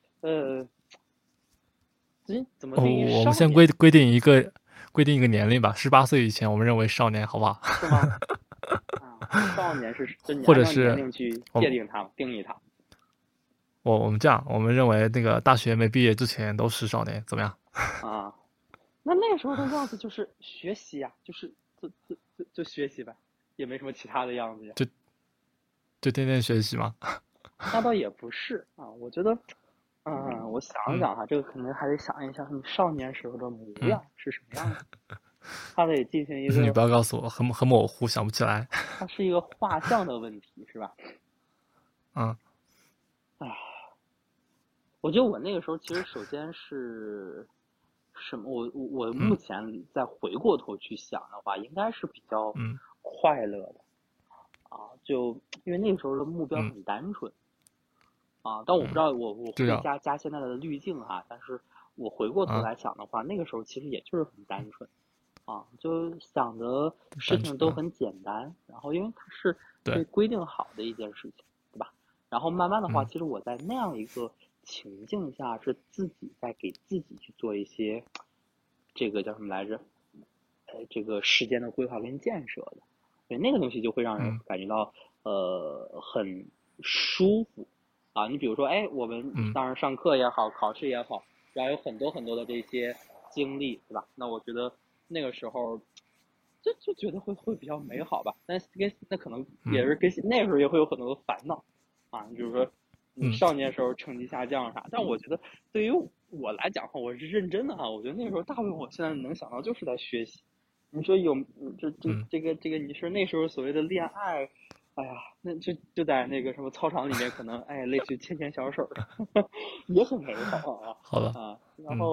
怎么定义少年？ 我们先规定一个年龄吧，18岁以前我们认为少年，好不好？ 是吗？少年是就你或者按照年龄去界定它，定义它。 我们这样，我们认为那个大学没毕业之前都是少年，怎么样？ 啊，那时候的样子就是学习呀，就是就学习呗，也没什么其他的样子呀。 就天天学习吗？ 那倒也不是啊，我觉得，我想想哈，这个可能还得想一想你少年时候的模样是什么样的，它得进行一个。 你不要告诉我，很模糊，想不起来。 它是一个画像的问题，是吧？我觉得我那个时候其实首先是什么？我目前再回过头去想的话，应该是比较快乐的啊，就因为那个时候的目标很单纯啊，但我不知道我会加现在的滤镜哈，但是我回过头来想的话，那个时候其实也就是很单纯啊，就想的事情都很简单，然后因为它是被规定好的一件事情，对吧？然后慢慢的话，其实我在那样一个情境下是自己在给自己去做一些这个叫什么来着？这个时间的规划跟建设的，所以那个东西就会让人感觉到很舒服啊。你比如说，哎，我们当然上课也好，考试也好，然后有很多很多的这些经历，对吧？那我觉得那个时候就觉得会比较美好吧。但是那可能也是跟那时候也会有很多的烦恼啊，你比如说你少年时候成绩下降啥，但我觉得对于我来讲哈，我是认真的哈，我觉得那时候大部分我现在能想到就是在学习。你说有这个，你说那时候所谓的恋爱，哎呀，那就在那个什么操场里面，可能类似于牵小手的，也很美好啊。 好了啊，然后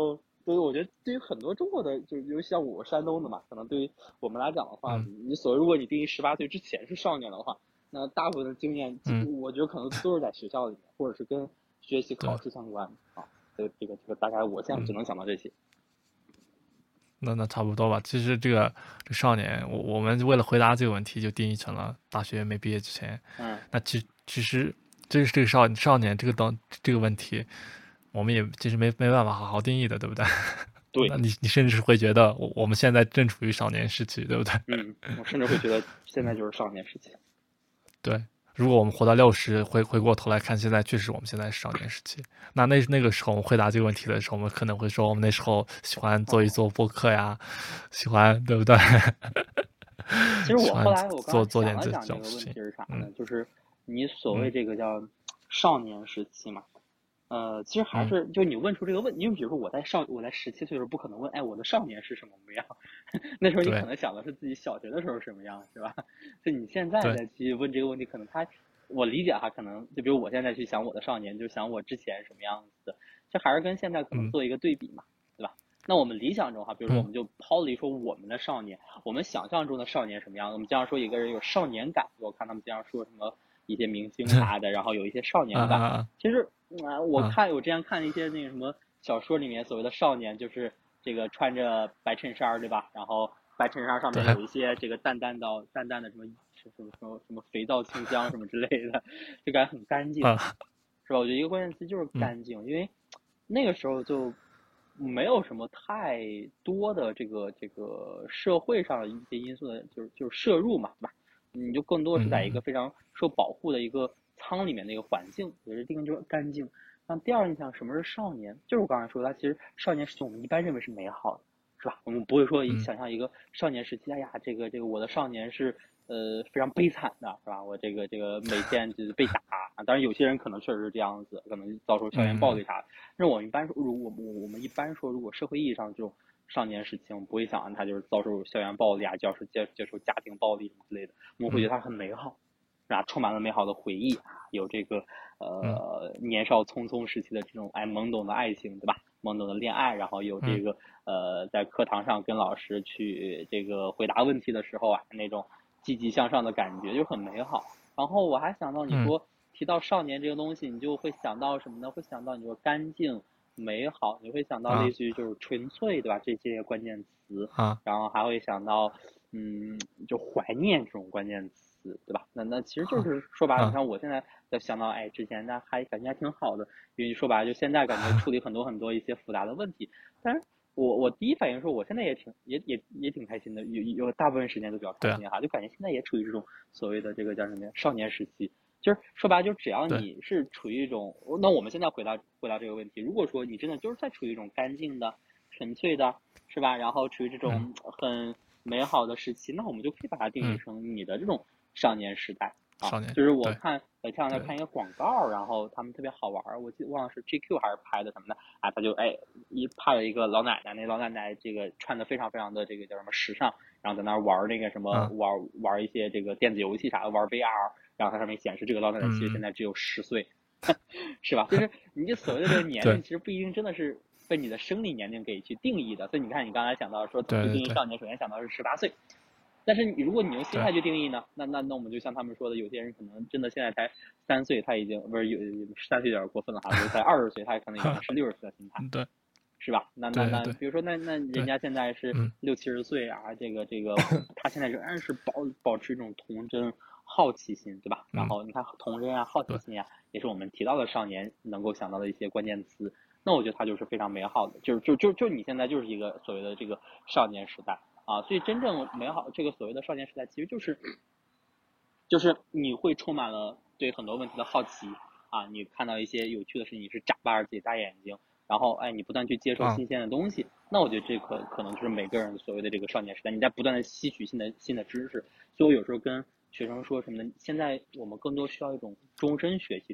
所以我觉得对于很多中国的，就是尤其像我山东的嘛，可能对于我们来讲的话， 嗯你如果你定义18岁之前是少年的话，那大部分的经验， 嗯， 我觉得可能都是在学校里面，或者是跟学习对， 考试相关的啊。这个大概我现在只嗯。 能想到这些。 那差不多吧。其实这少年，我们为了回答这个问题，就定义成了大学没毕业之前。 嗯， 那其实这个少年这个问题，我们也其实没办法好好定义的，对不对？ 对， 那你甚至是会觉得我们现在正处于少年时期，对不对？ 我甚至会觉得现在就是少年时期。 对。如果我们活到60，回过头来看，现在确实我们现在是少年时期。那个时候我们回答这个问题的时候，我们可能会说，我们那时候喜欢做一哦， 做播客呀，喜欢对不对？ 其实喜欢我刚刚做点这想了想这种事情。 个问题是啥嗯呢？就是你所谓嗯这个叫少年时期嘛，其实还嗯， 是就你问出这个问，因为比如说我在17岁的时候不可能问，哎，我的少年是什么模样？那时候你可对能想的是自己小学的时候什么样，是吧？就你现在对， 再去问这个问题，可能我理解哈，可能就比如我现在去想我的少年，就想我之前什么样子的，这还是跟现在可能嗯做一个对比嘛，对吧？那我们理想中哈，比如说我嗯们就抛离说我们的少年，我们想象中的少年什么样？我们经常说一个人有少年感，我看他们经常说什么一些明星啥的，然后有一些少年感。 啊啊其实， 啊我之前看一些那个什么小说里面所谓的少年，就是这个穿着白衬衫对吧？然后白衬衫上面对有一些这个淡淡的什么肥皂清香什么之类的，就感觉很干净， 啊是吧？我觉得一个关键词就是嗯干净，因为那个时候就没有什么太多的这个社会上的一些因素的，就是摄入嘛，对吧？你就更多是在一个嗯非常受保护的一个舱里面的一个环境，我觉得这个就是干净。那第二印象，什么是少年？就是我刚才说的，其实少年时期我们一般认为是美好的，是吧？我们不会说嗯想象一个少年时期，哎呀，这个我的少年是非常悲惨的，是吧？我这个每天就是被打，当然有些人可能确实是这样子，可能遭受校园暴嗯力啥的。那我们一般说，我们一般说，如果社会意义上这种少年时期，我们不会想让他就是遭受校园暴力啊，接受家庭暴力什么之类的，我们会觉得他很美好，是吧？充满了美好的回忆啊，有这个嗯年少匆匆时期的这种懵懂的爱情，对吧？懵懂的恋爱，然后有这嗯个在课堂上跟老师去这个回答问题的时候啊，那种积极向上的感觉就很美好。然后我还想到你嗯说提到少年这个东西，你就会想到什么呢？会想到你说干净、美好，你会想到类啊似于就是纯粹，对吧？这些关键词， 啊然后还会想到就怀念这种关键词，对吧？那其实就是说白了，你啊看我现在在想到，哎，之前那还感觉还挺好的，因为说白了，就现在感觉处理很多很多一些复杂的问题，但是我第一反应说，我现在也挺开心的，有大部分时间都比较开对啊心哈，就感觉现在也处于这种所谓的这个叫什么呀少年时期，就是说白了，就只要对你是处于一种，那我们现在回答这个问题，如果说你真的就是在处于一种干净的、纯粹的，是吧？然后处于这嗯种很美好的时期，那我们就可以把它定义嗯成你的这种少年时代啊。 少年就是我对看前两天对看一个广告，然后他们特别好玩儿，我记得忘了是 GQ 还是拍的什么的啊，他就拍了一个老奶奶，那老奶奶这个穿的非常非常的这个叫什么时尚，然后在那玩那个什么啊玩一些这个电子游戏啥的，玩 VR，然后它上面显示这个老奶奶其实现嗯嗯在只有10岁，是吧？就是你这所谓的这个年龄， 对其实不一定真的是被你的生理年龄给去定义的。所以你看，你刚才讲到说怎么去对对对定义少年，首先想到是18岁，但是如果你用心对态去定义呢，那我们就像他们说的，有些人可能真的现在才3岁，他已经不是3岁有点过分了哈，就是才20岁，他可能已经是60岁的心态。 对是吧？那那那， 对对比如说那人对家现在是嗯 60、70岁啊，这个，他现在仍然是保持一种童真、好奇心，对吧？然嗯后你看童真啊、好奇对心啊，也是我们提到的少年能够想到的一些关键词。那我觉得它就是非常美好的，就你现在就是一个所谓的这个少年时代啊，所以真正美好这个所谓的少年时代，其实就是你会充满了对很多问题的好奇啊，你看到一些有趣的事情，你是眨巴着自己大眼睛。然后哎，你不断去接受啊新鲜的东西，那我觉得这可能就是每个人所谓的这个少年时代，你在不断的吸取新的知识。所以我有时候跟学生说什么呢？现在我们更多需要一种终身学习者嘛，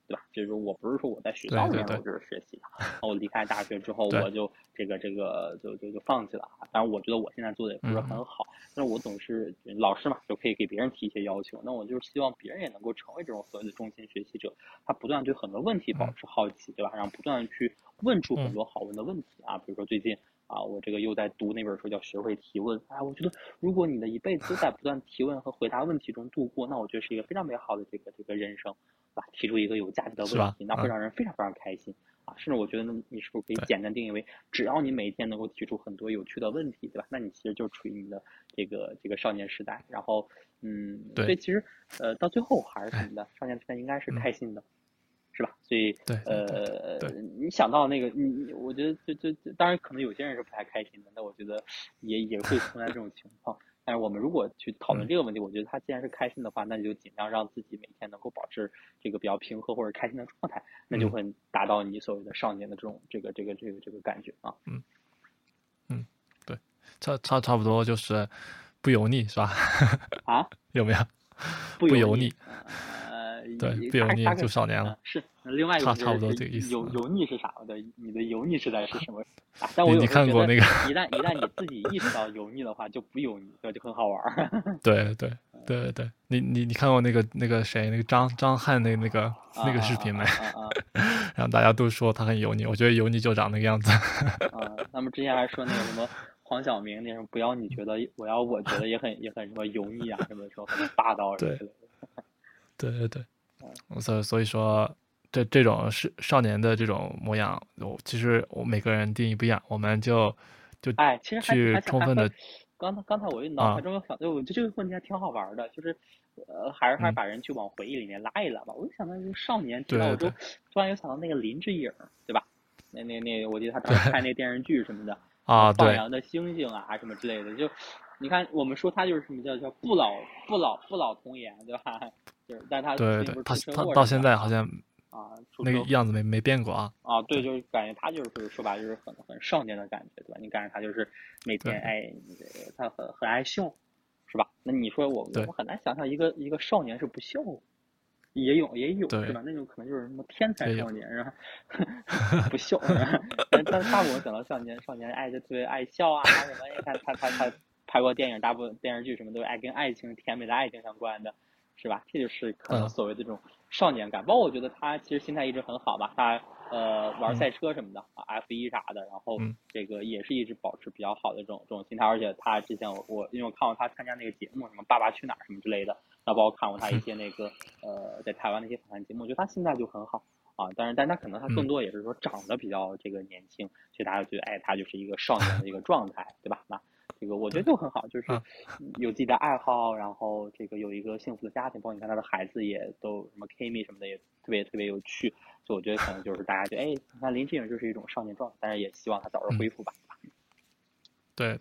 对吧？就是我不是说我在学对对对校里面我就是学习的，我离开大学之后对， 我就就放弃了。当然我觉得我现在做的也不是很嗯好，但是我总是老师嘛，就可以给别人提一些要求，那我就是希望别人也能够成为这种所谓的中心学习者，他不断对很多问题保嗯持好奇，对吧？然后不断地去问出很嗯多好问的问题啊，比如说最近我这个又在读那本书叫《学会提问》，我觉得如果你的一辈子都在不断提问和回答问题中度过，那我觉得是一个非常美好的这个人生，对吧？提出一个有价值的是吧？ 问题，那会让人非常非常开心甚至我觉得你是不是可以对简单定义为，只要你每一天能够提出很多有趣的问题，对吧？那你其实就处于你的这个少年时代，然后所对以其实到最后还是什么的，少年时代应该是开心的。是吧？所以对对对你想到那个我觉得就当然可能有些人是不太开心的，那我觉得也会存在这种情况。但是我们如果去讨论这个问题，我觉得他既然是开心的话，那你就尽量让自己每天能够保持这个比较平和或者开心的状态，那就会达到你所谓的少年的这种这个感觉啊。 对，差不多就是不油腻是吧？有没有？ 不油腻，对，不油腻大概就少年了。 是另外一个差不多这个意思。 油腻是啥的？你的油腻时代是什么？但我你看过那个？ 一旦你自己意识到油腻的话，就不油腻，就很好玩。 对，你看过那个谁，那个张翰那个视频没？然后大家都说他很油腻，我觉得油腻就长那个样子。 他们之前还说那个什么黄晓明那种，不要你觉得，我觉得也很什么油腻啊，什么说很霸道之类的。 对，所以说这种是少年的这种模样，其实我每个人定义不一样，我们就其实去充分的。 刚才我脑海中有想，我觉得这个问题还挺好玩的，就是还是把人去往回忆里面拉一拉吧。我就想到这个少年提到，我就突然有想到那个林志颖，对吧？那我记得他当时拍那电视剧什么的放羊的星星啊什么之类的，就你看我们说他就是什么叫不老童颜，对吧？就是但他他到现在好像那个样子没变过啊。 对，就是感觉他就是说白了就是很少年的感觉，对吧？你感觉他就是每天他很爱笑，是吧？那你说我们很难想象一个少年是不笑的，也有是吧？那种可能就是什么天才少年，然后不笑，但大部分想到少年就特别爱笑啊什么。你看他拍过电影，大部分电视剧什么都爱跟爱情甜美的爱情相关的。是吧？这就是可能所谓的这种少年感。包括我觉得他其实心态一直很好吧，他玩赛车什么的F1啥的，然后这个也是一直保持比较好的这种心态。而且他之前因为我看过他参加那个节目，什么《爸爸去哪儿》什么之类的，然后包括看过他一些那个在台湾的一些访谈节目，我觉得他心态就很好但他可能他更多也是说长得比较这个年轻，所以大家觉得他就是一个少年的一个状态，对吧？那这个我觉得就很好，就是有自己的爱好，然后这个有一个幸福的家庭，包括你看他的孩子也都什么 Kimi 什么的也特别有趣，所以我觉得可能就是大家觉得你看林志颖就是一种少年状态，但是也希望他早日恢复吧。 对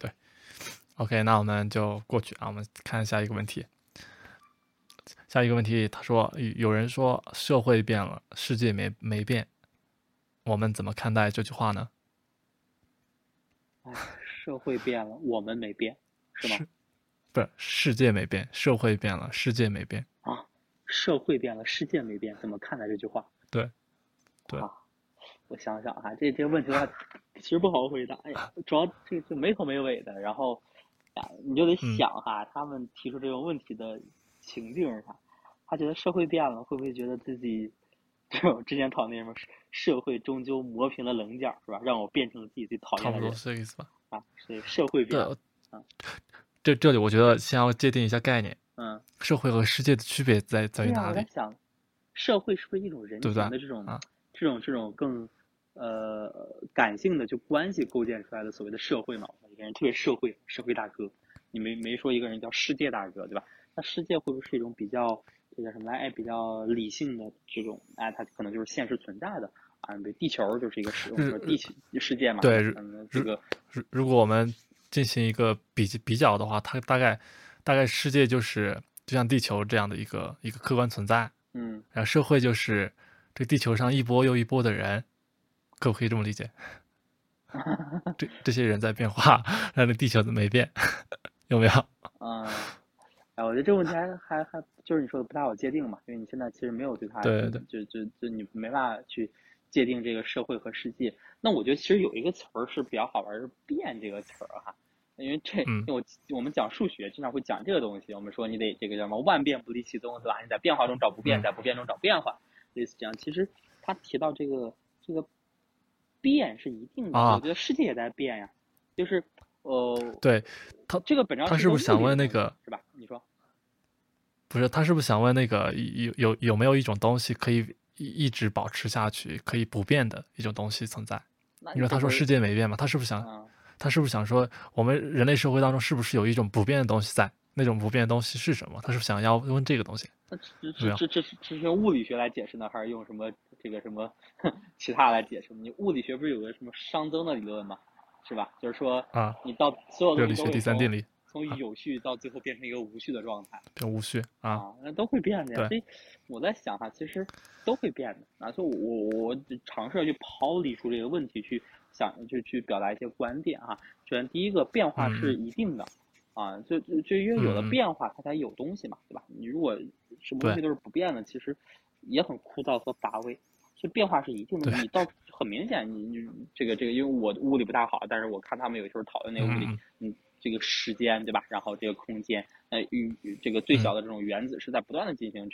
，OK， 那我们就过去我们看下一个问题。下一个问题，他说有人说社会变了，世界没变，我们怎么看待这句话呢？ 社会变了，我们没变，是吗？ 不是，世界没变，社会变了，世界没变社会变了，世界没变，怎么看待这句话？ 对， 我想想这个问题的话，其实不好回答。主要这就没头没尾的，然后你就得想他们提出这个问题的情境是啥？他觉得社会变了，会不会觉得自己就之前讨论那什么社会终究磨平了棱角，是吧？让我变成了自己最讨厌的人， 差不多是这个意思吧？ 所以社会变了。 这里我觉得先要界定一下概念。社会和世界的区别在于哪里？ 我在想，社会是不是一种人情的这种更感性的就关系构建出来的所谓的社会嘛？一个人特别社会大哥，你没说一个人叫世界大哥，对吧？那世界会不会是一种比较这叫什么来？比较理性的这种它可能就是现实存在的比如地球就是一个世界嘛。 对， 这个如果我们进行一个比较的话，它大概世界就是就像地球这样的一个客观存在，然后社会就是这个地球上一波又一波的人，可不可以这么理解？这些人在变化，但是地球没变，有没有？ 哎，我觉得这个问题还就是你说的不太好界定嘛，因为你现在其实没有对它， 对对， 就你没办法去界定这个社会和世界。那我觉得其实有一个词儿是比较好玩，是变这个词儿哈。因为嗯我们讲数学经常会讲这个东西，我们说你得这个叫什么万变不离其宗，对吧？你在变化中找不变， 嗯在不变中找变化，类似这样。其实他提到这个变是一定的，我啊， 觉得世界也在变呀，就是对他这个本质上是一个物他是不是想理的东西， 问那个？ 是吧？你说。 不是，他是不是想问那个有没有一种东西可以一直保持下去，可以不变的一种东西存在？ 那因为他说世界没变嘛， 嗯， 他是不是想说我们人类社会当中是不是有一种不变的东西在？那种不变的东西是什么？他是不是想要问这个东西？ 那没有这是用物理学来解释呢，还是用什么这个什么其他来解释？你物理学不是有个什么熵增的理论吗？是吧？就是说啊？ 你到所有东西热力学都会从第三定理有序到最后变成一个无序的状态。 变无序啊？ 啊，那都会变的呀。 对， 所以我在想哈，其实都会变的啊。所以我尝试去抛离出这个问题，去想去表达一些观点哈。首先第一个变化是嗯一定的啊，就因为有了嗯嗯， 变化，它才有东西嘛，对吧？你如果什么东对西都是不变的，其实也很枯燥和乏味。所以变化是一定的， 对， 你到很明显，你这个，因为我物理不太好，但是我看他们有时候讨论那个物理， 嗯嗯这个时间对吧？然后这个空间，这个最嗯小的这种原子是在不断的进行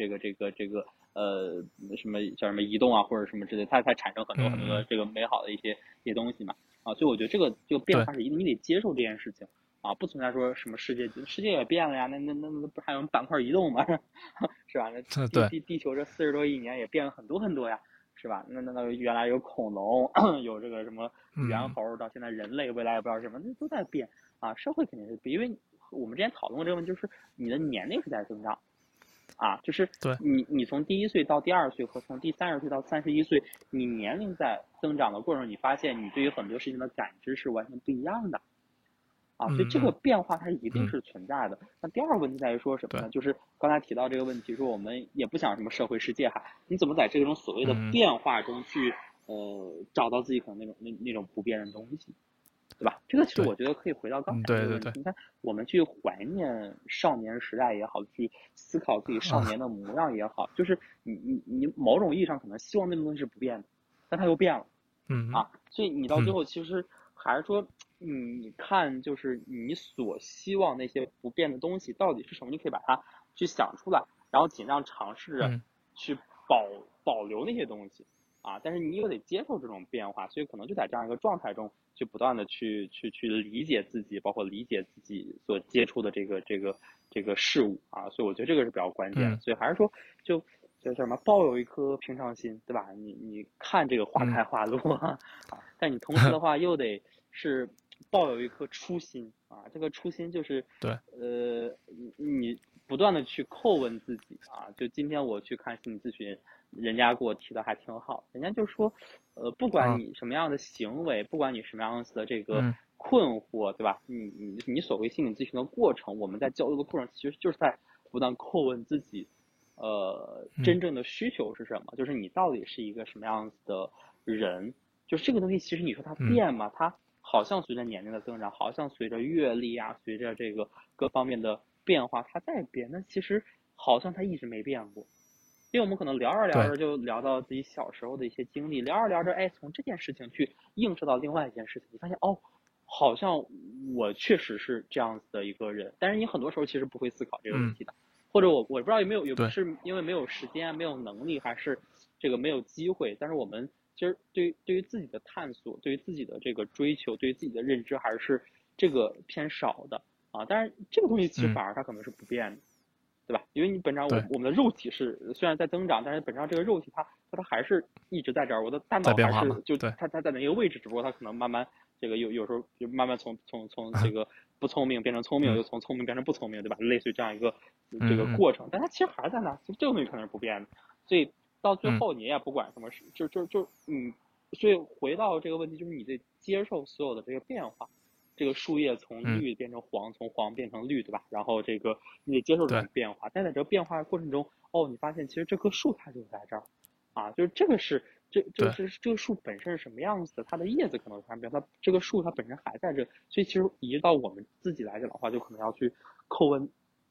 什么叫什么移动啊，或者什么之类，它才产生很多很多的嗯嗯， 这个美好的一些东西嘛。啊，所以我觉得这个变对， 化是一定，你得接受这件事情啊，不存在说什么世界也变了呀，那不还有板块移动吗？是吧？那对， 地球这40多亿年也变了很多很多呀。是吧？那原来有恐龙，有这个什么猿嗯猴，到现在人类，未来也不知道什么，那都在变啊。社会肯定是变，因为我们之前讨论过这个问题，就是你的年龄是在增长啊，就是对， 你从第一岁到第二岁和从第30岁到31岁，你年龄在增长的过程中，你发现你对于很多事情的感知是完全不一样的。啊，所以这个嗯嗯变化它一定嗯， 是存在的。那第二个问题在于说什么对， 呢？就是刚才提到这个问题，说我们也不想什么社会世界哈，你怎么在这种所谓的嗯变化中去找到自己可能那种不变的东西，对吧？这个其实对， 我觉得可以回到刚才这个问题。 对对对你看，我们去怀念少年时代也好，去思考自己少啊， 年的模样也好，就是你某种意义上可能希望那个东西是不变的，但它又变了。 嗯啊，所以你到最嗯后其实还是说，你看就是你所希望那些不变的东西到底是什么，你可以把它去想出来，然后尽量尝试着嗯去保留那些东西啊，但是你又得接受这种变化，所以可能就在这样一个状态中，去不断的去理解自己，包括理解自己所接触的这个事物啊，所以我觉得这个是比较关键的， 嗯所以还是说就叫什么，抱有一颗平常心，对吧？你看这个花嗯， 开花落啊，但你同时的话又得是抱有一颗初心啊，这个初心就是对， 你不断的去叩问自己啊，就今天我去看心理咨询，人家给我提的还挺好，人家就说，不管啊， 你什么样的行为，不管你什么样子的这个嗯困惑，对吧？你所谓心理咨询的过程，我们在交流的过程，其实就是在不断叩问自己， 嗯真正的需求是什么？就是你到底是一个什么样子的人？就是这个东西，其实你说它嗯变嘛，它好像随着年龄的增长，好像随着阅历啊，随着这个各方面的变化，它在变。那其实好像它一直没变过。因为我们可能聊着聊对， 着就聊到自己小时候的一些经历，聊着聊着，哎，从这件事情去映射到另外一件事情，你发现哦，好像我确实是这样子的一个人，但是你很多时候其实不会思考这个问嗯题的，或者我不知道有对是因为没有时间、没有能力，还是这个没有机会，但是我们其实对于自己的探索，对于自己的这个追求，对于自己的认知，还是这个偏少的啊。但是这个东西其实嗯反而它可能是不变的。对吧？因为你本质上对， 我们的肉体是虽然在增长，但是本质上这个肉体它还是一直在这儿，我的大脑还在变化嘛， 是就对， 它在那个位置，只不过它可能慢慢这个有时候就慢慢从这个不聪明变成聪明， 嗯又从聪明变成不聪明，对吧？类似于这样一个这个嗯嗯过程，但它其实还在那，就这个东西可能是不变的，所以到最嗯后你也不管什么事，所以回到这个问题，就是你得接受所有的这个变化。这个树叶从嗯， 绿变成黄，从黄变成绿，对吧？然后这个你得接受这对种变化，但在这个变化过程中，哦，你发现其实这棵树它就在这儿，啊，就是这个是对， 这个树本身是什么样子的，它的叶子可能发生变化，它这个树它本身还在这，所以其实移到我们自己来讲的话，就可能要去叩问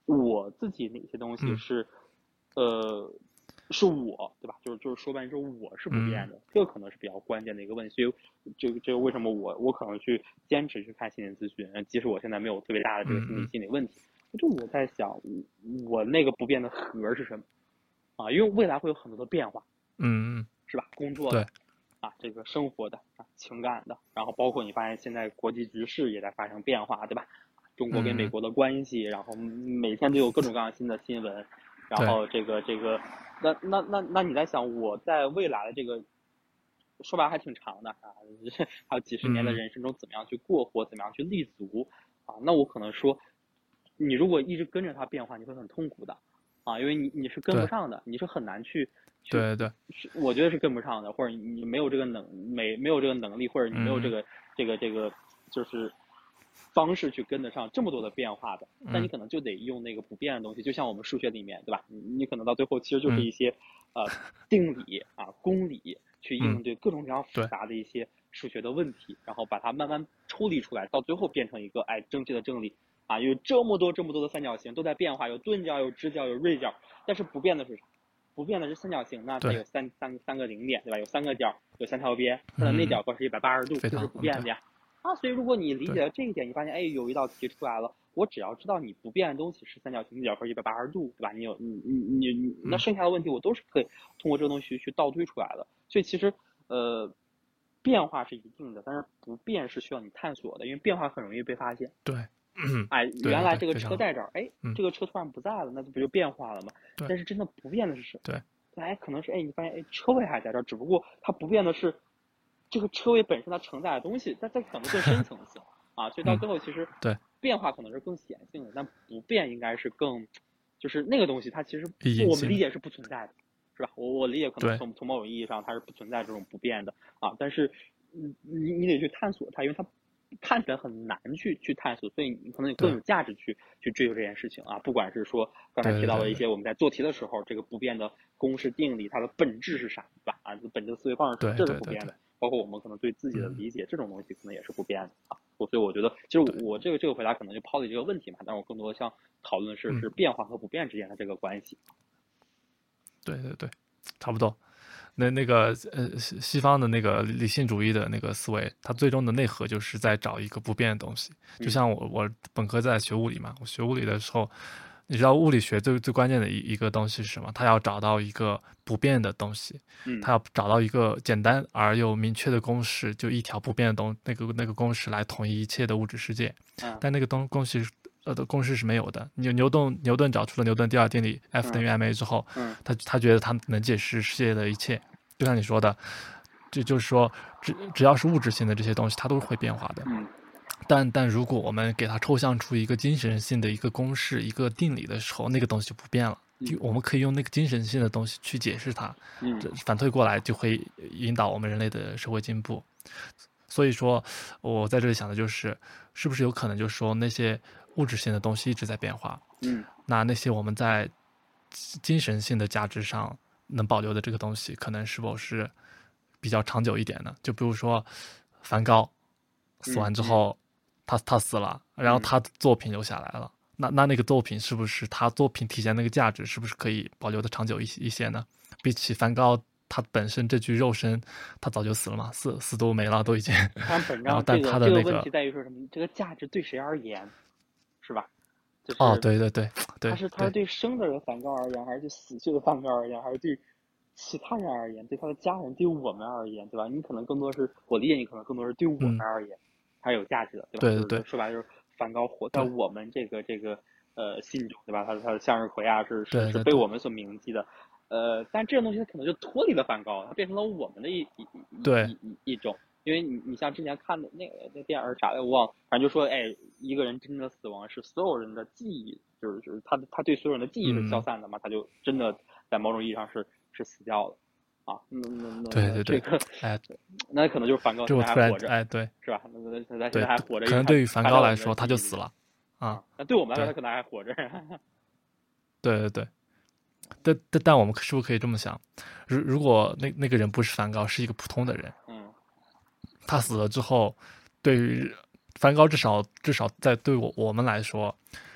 我自己哪些东西是，是我对吧？就是说白了，就是我是不变的，这个可能是比较关键的一个问题。所以这个为什么我可能去坚持去看心理咨询，即使我现在没有特别大的这个心理问题，就我在想，我那个不变的核是什么啊？因为未来会有很多的变化，是吧？工作的啊，这个生活的啊，情感的，然后包括你发现现在国际局势也在发生变化，对吧？中国跟美国的关系，然后每天都有各种各样新的新闻，然后这个，那你在想，我在未来的这个说白了还挺长的啊，还有几十年的人生中，怎么样去过活，怎么样去立足啊？那我可能说，你如果一直跟着它变化，你会很痛苦的啊，因为你是跟不上的，你是很难去，我觉得是跟不上的，或者你没有这个没有这个能力，或者你没有这个就是方式去跟得上这么多的变化的，但你可能就得用那个不变的东西，就像我们数学里面，对吧？你可能到最后其实就是一些定理啊、公理去应对各种各样复杂的一些数学的问题，然后把它慢慢抽离出来，到最后变成一个正确的正理啊。有这么多的三角形都在变化，有钝角、有直角、有锐角，但是不变的是啥？不变的是三角形呢，它有三个零点，对吧？有3个角，有3条边，它的内角各是180度，这是不变的呀。啊，所以如果你理解了这一点，你发现，哎，有一道题出来了，我只要知道你不变的东西是三角形内角和180度，对吧？你那剩下的问题我都是可以通过这个东西去倒推出来的。所以其实变化是一定的，但是不变是需要你探索的，因为变化很容易被发现。 对， 哎，原来这个车在这儿，哎，这个车突然不在了，那不就变化了吗？但是真的不变的是什么？ 对， 哎，可能是你发现，哎，车位还在这儿，只不过它不变的是这个车位本身它承载的东西，它可能更深层次啊，所以到最后其实对变化可能是更显性的，但不变应该是更，就是那个东西它其实我们理解是不存在的，是吧？我理解可能从某种意义上它是不存在这种不变的啊，但是你得去探索它，因为它看起来很难去探索，所以你可能更有价值去追求这件事情啊。不管是说刚才提到的一些我们在做题的时候，这个不变的公式定理，它的本质是啥，对吧？啊，本质的思维方式这是不变的。包括我们可能对自己的理解，这种东西可能也是不变的啊。所以我觉得，其实我这个回答可能就抛了这个问题嘛，但我更多的像讨论是变化和不变之间的这个关系。 对，差不多。那个西方的那个理性主义的那个思维，它最终的内核就是在找一个不变的东西。就像我本科在学物理嘛，我学物理的时候，你知道物理学最关键的一个东西是什么？它要找到一个不变的东西，它要找到一个简单而又明确的公式，就一条不变的那个公式来统一一切的物质世界。但那个公式是没有的。牛顿找出了牛顿第二定理 F 等于 ma 之后，他觉得他能解释世界的一切。就像你说的，就是说只要是物质性的这些东西，它都是会变化的。但如果我们给它抽象出一个精神性的一个公式、一个定理的时候，那个东西就不变了。我们可以用那个精神性的东西去解释它，反推过来就会引导我们人类的社会进步。所以说，我在这里想的就是，是不是有可能就是说那些物质性的东西一直在变化？那些我们在精神性的价值上能保留的这个东西，可能是否是比较长久一点的？就比如说梵高死完之后，他死了，然后他的作品留下来了。那个作品是不是他作品体现那个价值，是不是可以保留的长久一些呢？比起梵高他本身这具肉身，他早就死了嘛，死都没了，都已经。但他的那个问题在于说什么？这个价值对谁而言，是吧？就是对， 他是对生的人梵高而言，还是对死去的梵高而言，还是对其他人而言，对他的家人，对我们而言，对吧？你可能更多是我理解，你可能更多是对我们而言，还有价值的，对吧？对， 说白了就是梵高活在我们这个心中，对吧？他的向日葵啊，是被我们所铭记的。但这种东西它可能就脱离了梵高，它变成了我们的一种。因为你像之前看的那电影啥的我忘了，反正就说一个人真正的死亡是所有人的记忆，就是他对所有人的记忆是消散的嘛，他就真的在某种意义上是死掉了啊。 对， 这个那可能就是梵高现在还活着， 对， 是吧？那他现在还活着， 可能对于梵高来说他就死了啊， 那对我们来说他可能还活着。 对。但我们是不是可以这么想？如果那个人不是梵高，是一个普通的人，他死了之后，对于梵高至少在对我们来说，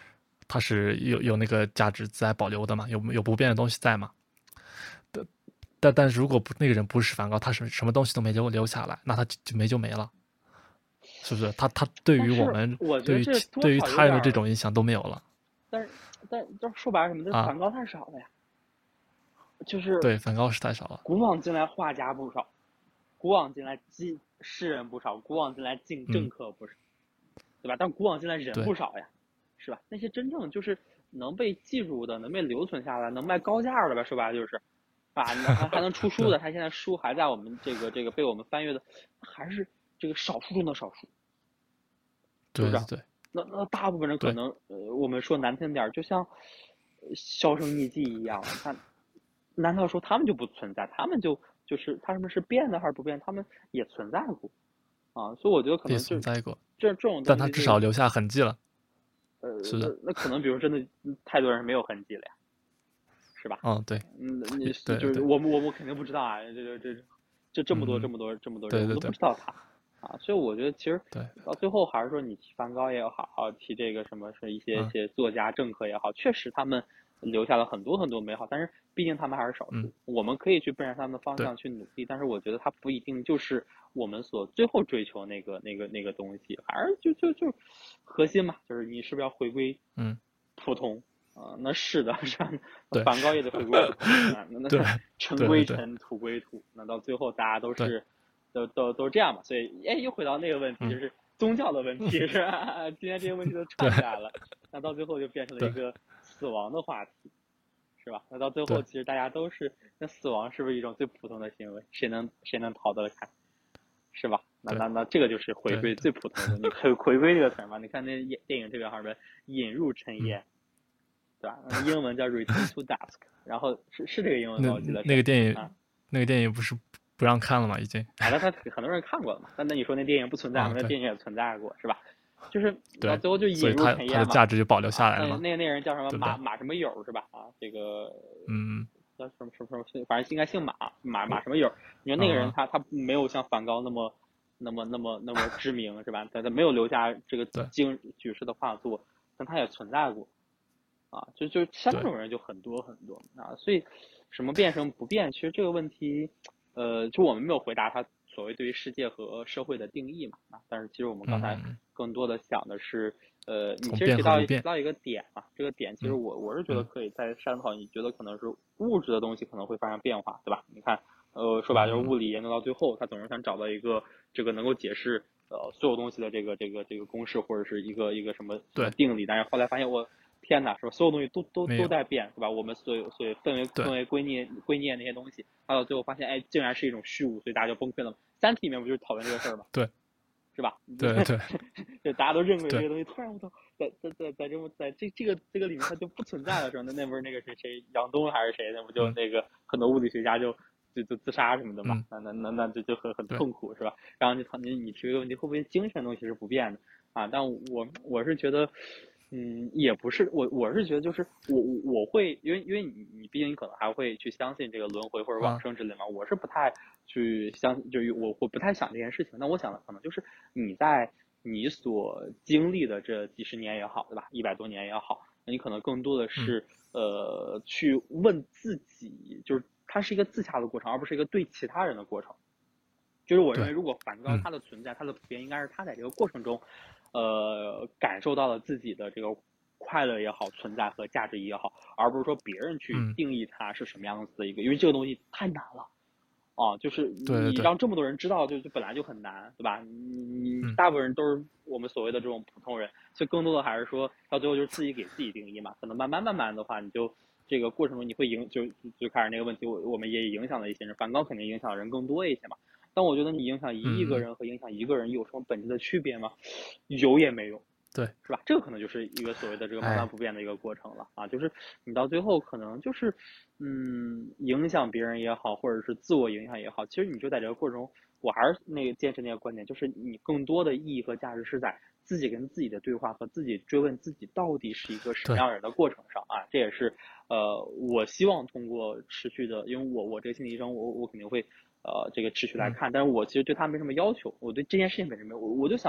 它是有那个价值在保留的嘛，有不变的东西在嘛。但是如果那个人不是梵高，他是什么东西都没留下来，那他就没了，是不是？他对但是于我们我觉得这多对于少有点他人的这种影响都没有了但是就说白了什么？就是啊。 梵高太少了呀，就是对，梵高是太少了。 古往今来画家不少，古往今来诗人不少，古往今来政客不少，对吧？但古往今来人不少呀，是吧？那些真正就是能被记住的，能被留存下来，能卖高价的吧？说白了就是啊，还能出书的，他现在书还在我们这个被我们翻阅的，还是这个少数中的少数，是不是？ 对， 那大部分人可能我们说难听点，就像销声匿迹一样，难道说他们就不存在？他们就是他们是变的还是不变？他们也存在过啊，所以我觉得可能也存在过， 这种东西， 但他至少留下痕迹了。是的， 那可能比如真的太多人没有痕迹了呀，是吧？ 对， 你对就是我肯定不知道啊，这么多人，我都不知道他啊，所以我觉得其实到最后还是说，你提梵高也好，提这个什么是一些作家政客也好，确实他们留下了很多很多美好，但是毕竟他们还是少数，我们可以去奔着他们的方向去努力，但是我觉得他不一定就是我们所最后追求那个东西，还是就核心嘛，就是你是不是要回归普通啊？那是的，是吧？梵高也得回归普通啊，那尘归尘，土归土，那到最后大家都是都这样嘛，所以又回到那个问题，就是宗教的问题，是吧？今天这些问题都串起来了，那到最后就变成了一个死亡的话题，是吧？那到最后其实大家都是，那死亡是不是一种最普通的行为？谁能逃得开，是吧？那这个就是回归最普通的。你回归这个词嘛？你看那电影这个上面引入尘烟，对吧？英文叫 Return to Dusk， 然后是这个英文吗？我记得是那个电影不是不让看了吗？已经啊，那他很多人看过了嘛。那你说那电影不存在吗？那电影也存在过，是吧？就是到最后就引入尘烟嘛， 它的价值就保留下来了嘛。 那人叫什么马什么友是吧？啊，这个叫什么，反正应该姓马什么友。你说那个人他没有像梵高那么知名是吧？他没有留下这个举世的画作，但他也存在过啊。就像这种人就很多很多啊。所以什么变成不变，其实这个问题，就我们没有回答他所谓对于世界和社会的定义嘛啊。但是其实我们刚才更多的想的是，你其实提到一个点嘛，这个点其实我是觉得可以再探讨。你觉得可能是物质的东西可能会发生变化，对吧？你看，说白了就是物理研究到最后，他总是想找到一个这个能够解释所有东西的这个公式或者是一个什么定理，但是后来发现天哪，是吧？所有东西都在变，是吧？我们所谓分为归臬那些东西，到最后发现，竟然是一种虚无，所以大家就崩溃了。三体里面不就是讨论这个事儿吗？ 对， 是吧？ 对， 就大家都认为这个东西突然我操，在这个里面它就不存在了，是吧？那不是那个谁杨东还是谁，那不就那个很多物理学家就自杀什么的嘛？那就很痛苦，是吧？然后你提一个问题，会不会精神东西是不变的啊？但我是觉得。也不是，我是觉得就是我会，因为你毕竟你可能还会去相信这个轮回或者往生之类嘛，我是不太去相信，就是我不太想这件事情。那我想的可能就是你在你所经历的这几十年也好，对吧？100多年也好，那你可能更多的是去问自己，就是它是一个自洽的过程，而不是一个对其他人的过程。就是我认为，如果梵高它的存在，它的普遍应该是他在这个过程中。感受到了自己的这个快乐也好，存在和价值也好，而不是说别人去定义它是什么样子的一个，因为这个东西太难了啊，就是你让这么多人知道，就本来就很难，对吧？你大部分人都是我们所谓的这种普通人，所以更多的还是说到最后就是自己给自己定义嘛，可能慢慢的话，你就这个过程中你会就开始那个问题，我们也影响了一些人，梵高肯定影响人更多一些嘛。但我觉得你影响1亿个人和影响1个人有什么本质的区别吗？有也没用， 对， 是吧？这个可能就是一个所谓的这个慢慢不变的一个过程了啊，就是你到最后可能就是影响别人也好，或者是自我影响也好，其实你就在这个过程中，我还是那个坚持那个观点，就是你更多的意义和价值是在自己跟自己的对话和自己追问自己到底是一个什么样人的过程上啊。这也是我希望通过持续的，因为我这个心理医生，我肯定会这个持续来看，但是我其实对他没什么要求，我对这件事情本身没有，我就想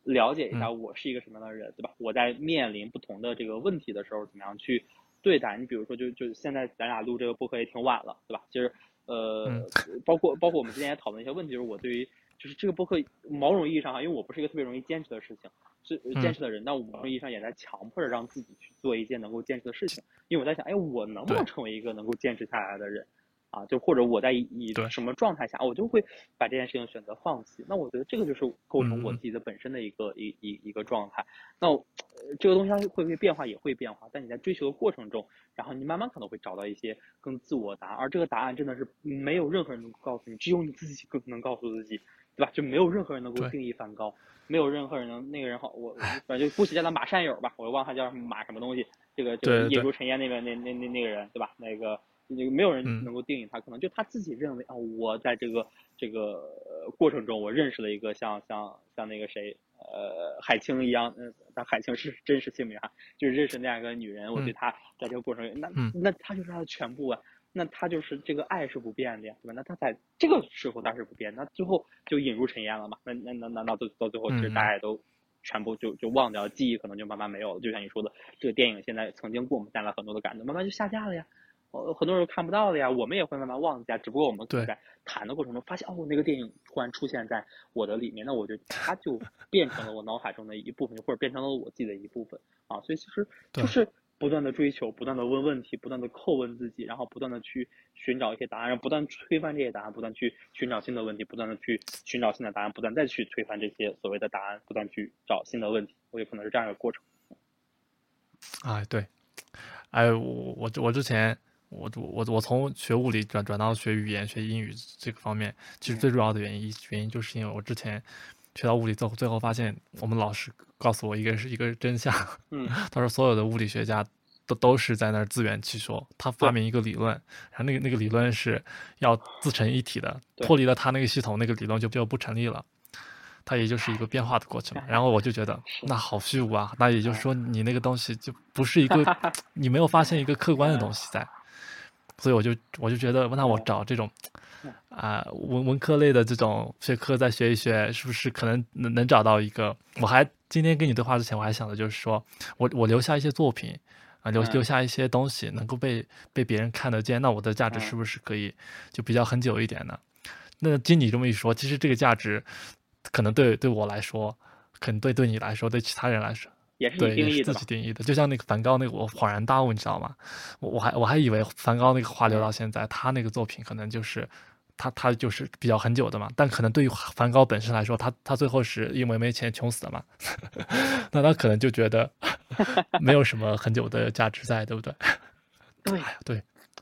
了解一下我是一个什么样的人，对吧？我在面临不同的这个问题的时候，怎么样去对待？你比如说，就现在咱俩录这个播客也挺晚了，对吧？其实包括我们之前也讨论一些问题，就是我对于就是这个播客某种意义上因为我不是一个特别容易坚持的事情，坚持的人，但我某种意义上也在强迫着让自己去做一件能够坚持的事情，因为我在想，哎，我能不能成为一个能够坚持下来的人？啊，就或者我在以什么状态下，我就会把这件事情选择放弃。那我觉得这个就是构成我自己的本身的一个状态。那这个东西它会不会变化？也会变化。但你在追求的过程中，然后你慢慢可能会找到一些更自我答案，而这个答案真的是没有任何人能告诉你，只有你自己更能告诉自己，对吧？就没有任何人能够定义梵高，没有任何人能那个人好，我反正就姑且叫他马善友吧，我忘他叫马什么东西，这个夜如尘烟那个那个人，对吧？那个没有人能够定义他，可能就他自己认为啊，我在这个过程中，我认识了一个像那个谁海清一样，但海清是真实姓名哈，就是认识那样一个女人，我对她在这个过程中，那她就是她的全部啊，那她就是这个爱是不变的呀，对吧？那她在这个时候她是不变，那最后就引入尘烟了嘛？那到最后，其实大家也都全部就忘掉，记忆可能就慢慢没有了。就像你说的，这个电影现在曾经给我们带来很多的感动，慢慢就下架了呀。很多人看不到的呀，我们也会慢慢忘记啊。只不过我们可能在谈的过程中发现，那个电影突然出现在我的里面，那我觉得它就变成了我脑海中的一部分，或者变成了我自己的一部分啊。所以其实就是不断的追求，不断的问问题，不断的叩问自己，然后不断的去寻找一些答案，然后不断推翻这些答案，不断去寻找新的问题，不断的去寻找新的答案，不断再去推翻这些所谓的答案，不断去找新的问题。我觉得可能是这样一个过程。 对，我之前。我从学物理转到学语言、学英语这个方面，其实最主要的原因就是因为我之前学到物理最后发现我们老师告诉我一个真相，他说所有的物理学家都是在那儿自圆其说，他发明一个理论，然后那个理论是要自成一体的，脱离了他那个系统，那个理论就不成立了。它也就是一个变化的过程嘛，然后我就觉得那好虚无啊，那也就是说你那个东西就不是一个，你没有发现一个客观的东西在，所以我就觉得，那我找这种文科类的这种学科再学一学，是不是可能能找到一个？我还今天跟你对话之前，我还想的就是说我留下一些作品留下一些东西能够被别人看得见，那我的价值是不是可以就比较很久一点呢？那经你这么一说，其实这个价值可能对我来说，可能对你来说，对其他人来说， 也是你定义的， 自己定义的。就像那个梵高那个，我恍然大悟，你知道吗？我还以为梵高那个画留到现在，他那个作品可能就是他就是比较很久的嘛。但可能对于梵高本身来说，他最后是因为没钱穷死的嘛，那他可能就觉得没有什么很久的价值在，对不对？ 对，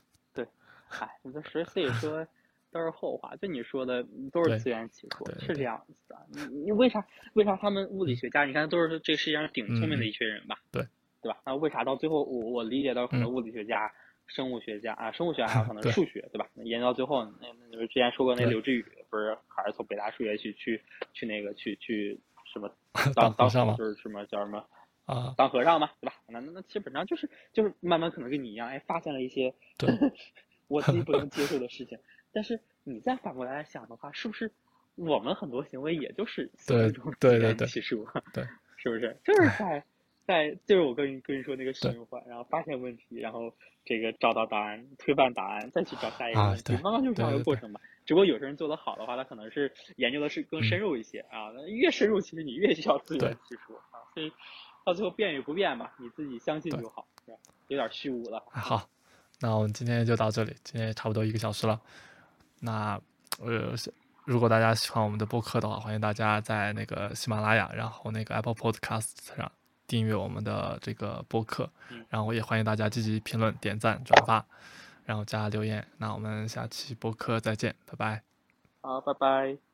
所以说。都是后话，就你说的都是自圆其说，是这样子的。你为啥他们物理学家，你看都是这个世界上顶聪明的一群人吧？ 对吧？那为啥到最后我理解到很多物理学家、生物学家生物学还有可能数学，对吧？研究到最后，那就是之前说过那刘志宇不是还是从北大数学去那个去什么当和尚吗？ 就是什么叫什么当和尚嘛，对吧？那基本上就是慢慢可能跟你一样，发现了一些我自己不能接受的事情。但是你再反过来想的话，是不是我们很多行为也就是行为中自圆其说？ 对， 是不是？就是就是我跟你说那个循环，然后发现问题，然后这个找到答案，推翻答案，再去找下一个问题，慢慢就是这样一个过程嘛。只不过有些人做得好的话，他可能是研究的是更深入一些越深入，其实你越需要自圆其说所以到最后变与不变吧，你自己相信就好，是吧？有点虚无了。 好，那我们今天就到这里，今天也差不多1个小时了。那如果大家喜欢我们的播客的话，欢迎大家在那个喜马拉雅，然后那个 Apple Podcast 上订阅我们的这个播客，然后也欢迎大家积极评论、点赞、转发，然后加留言。那我们下期播客再见，拜拜。 好，拜拜。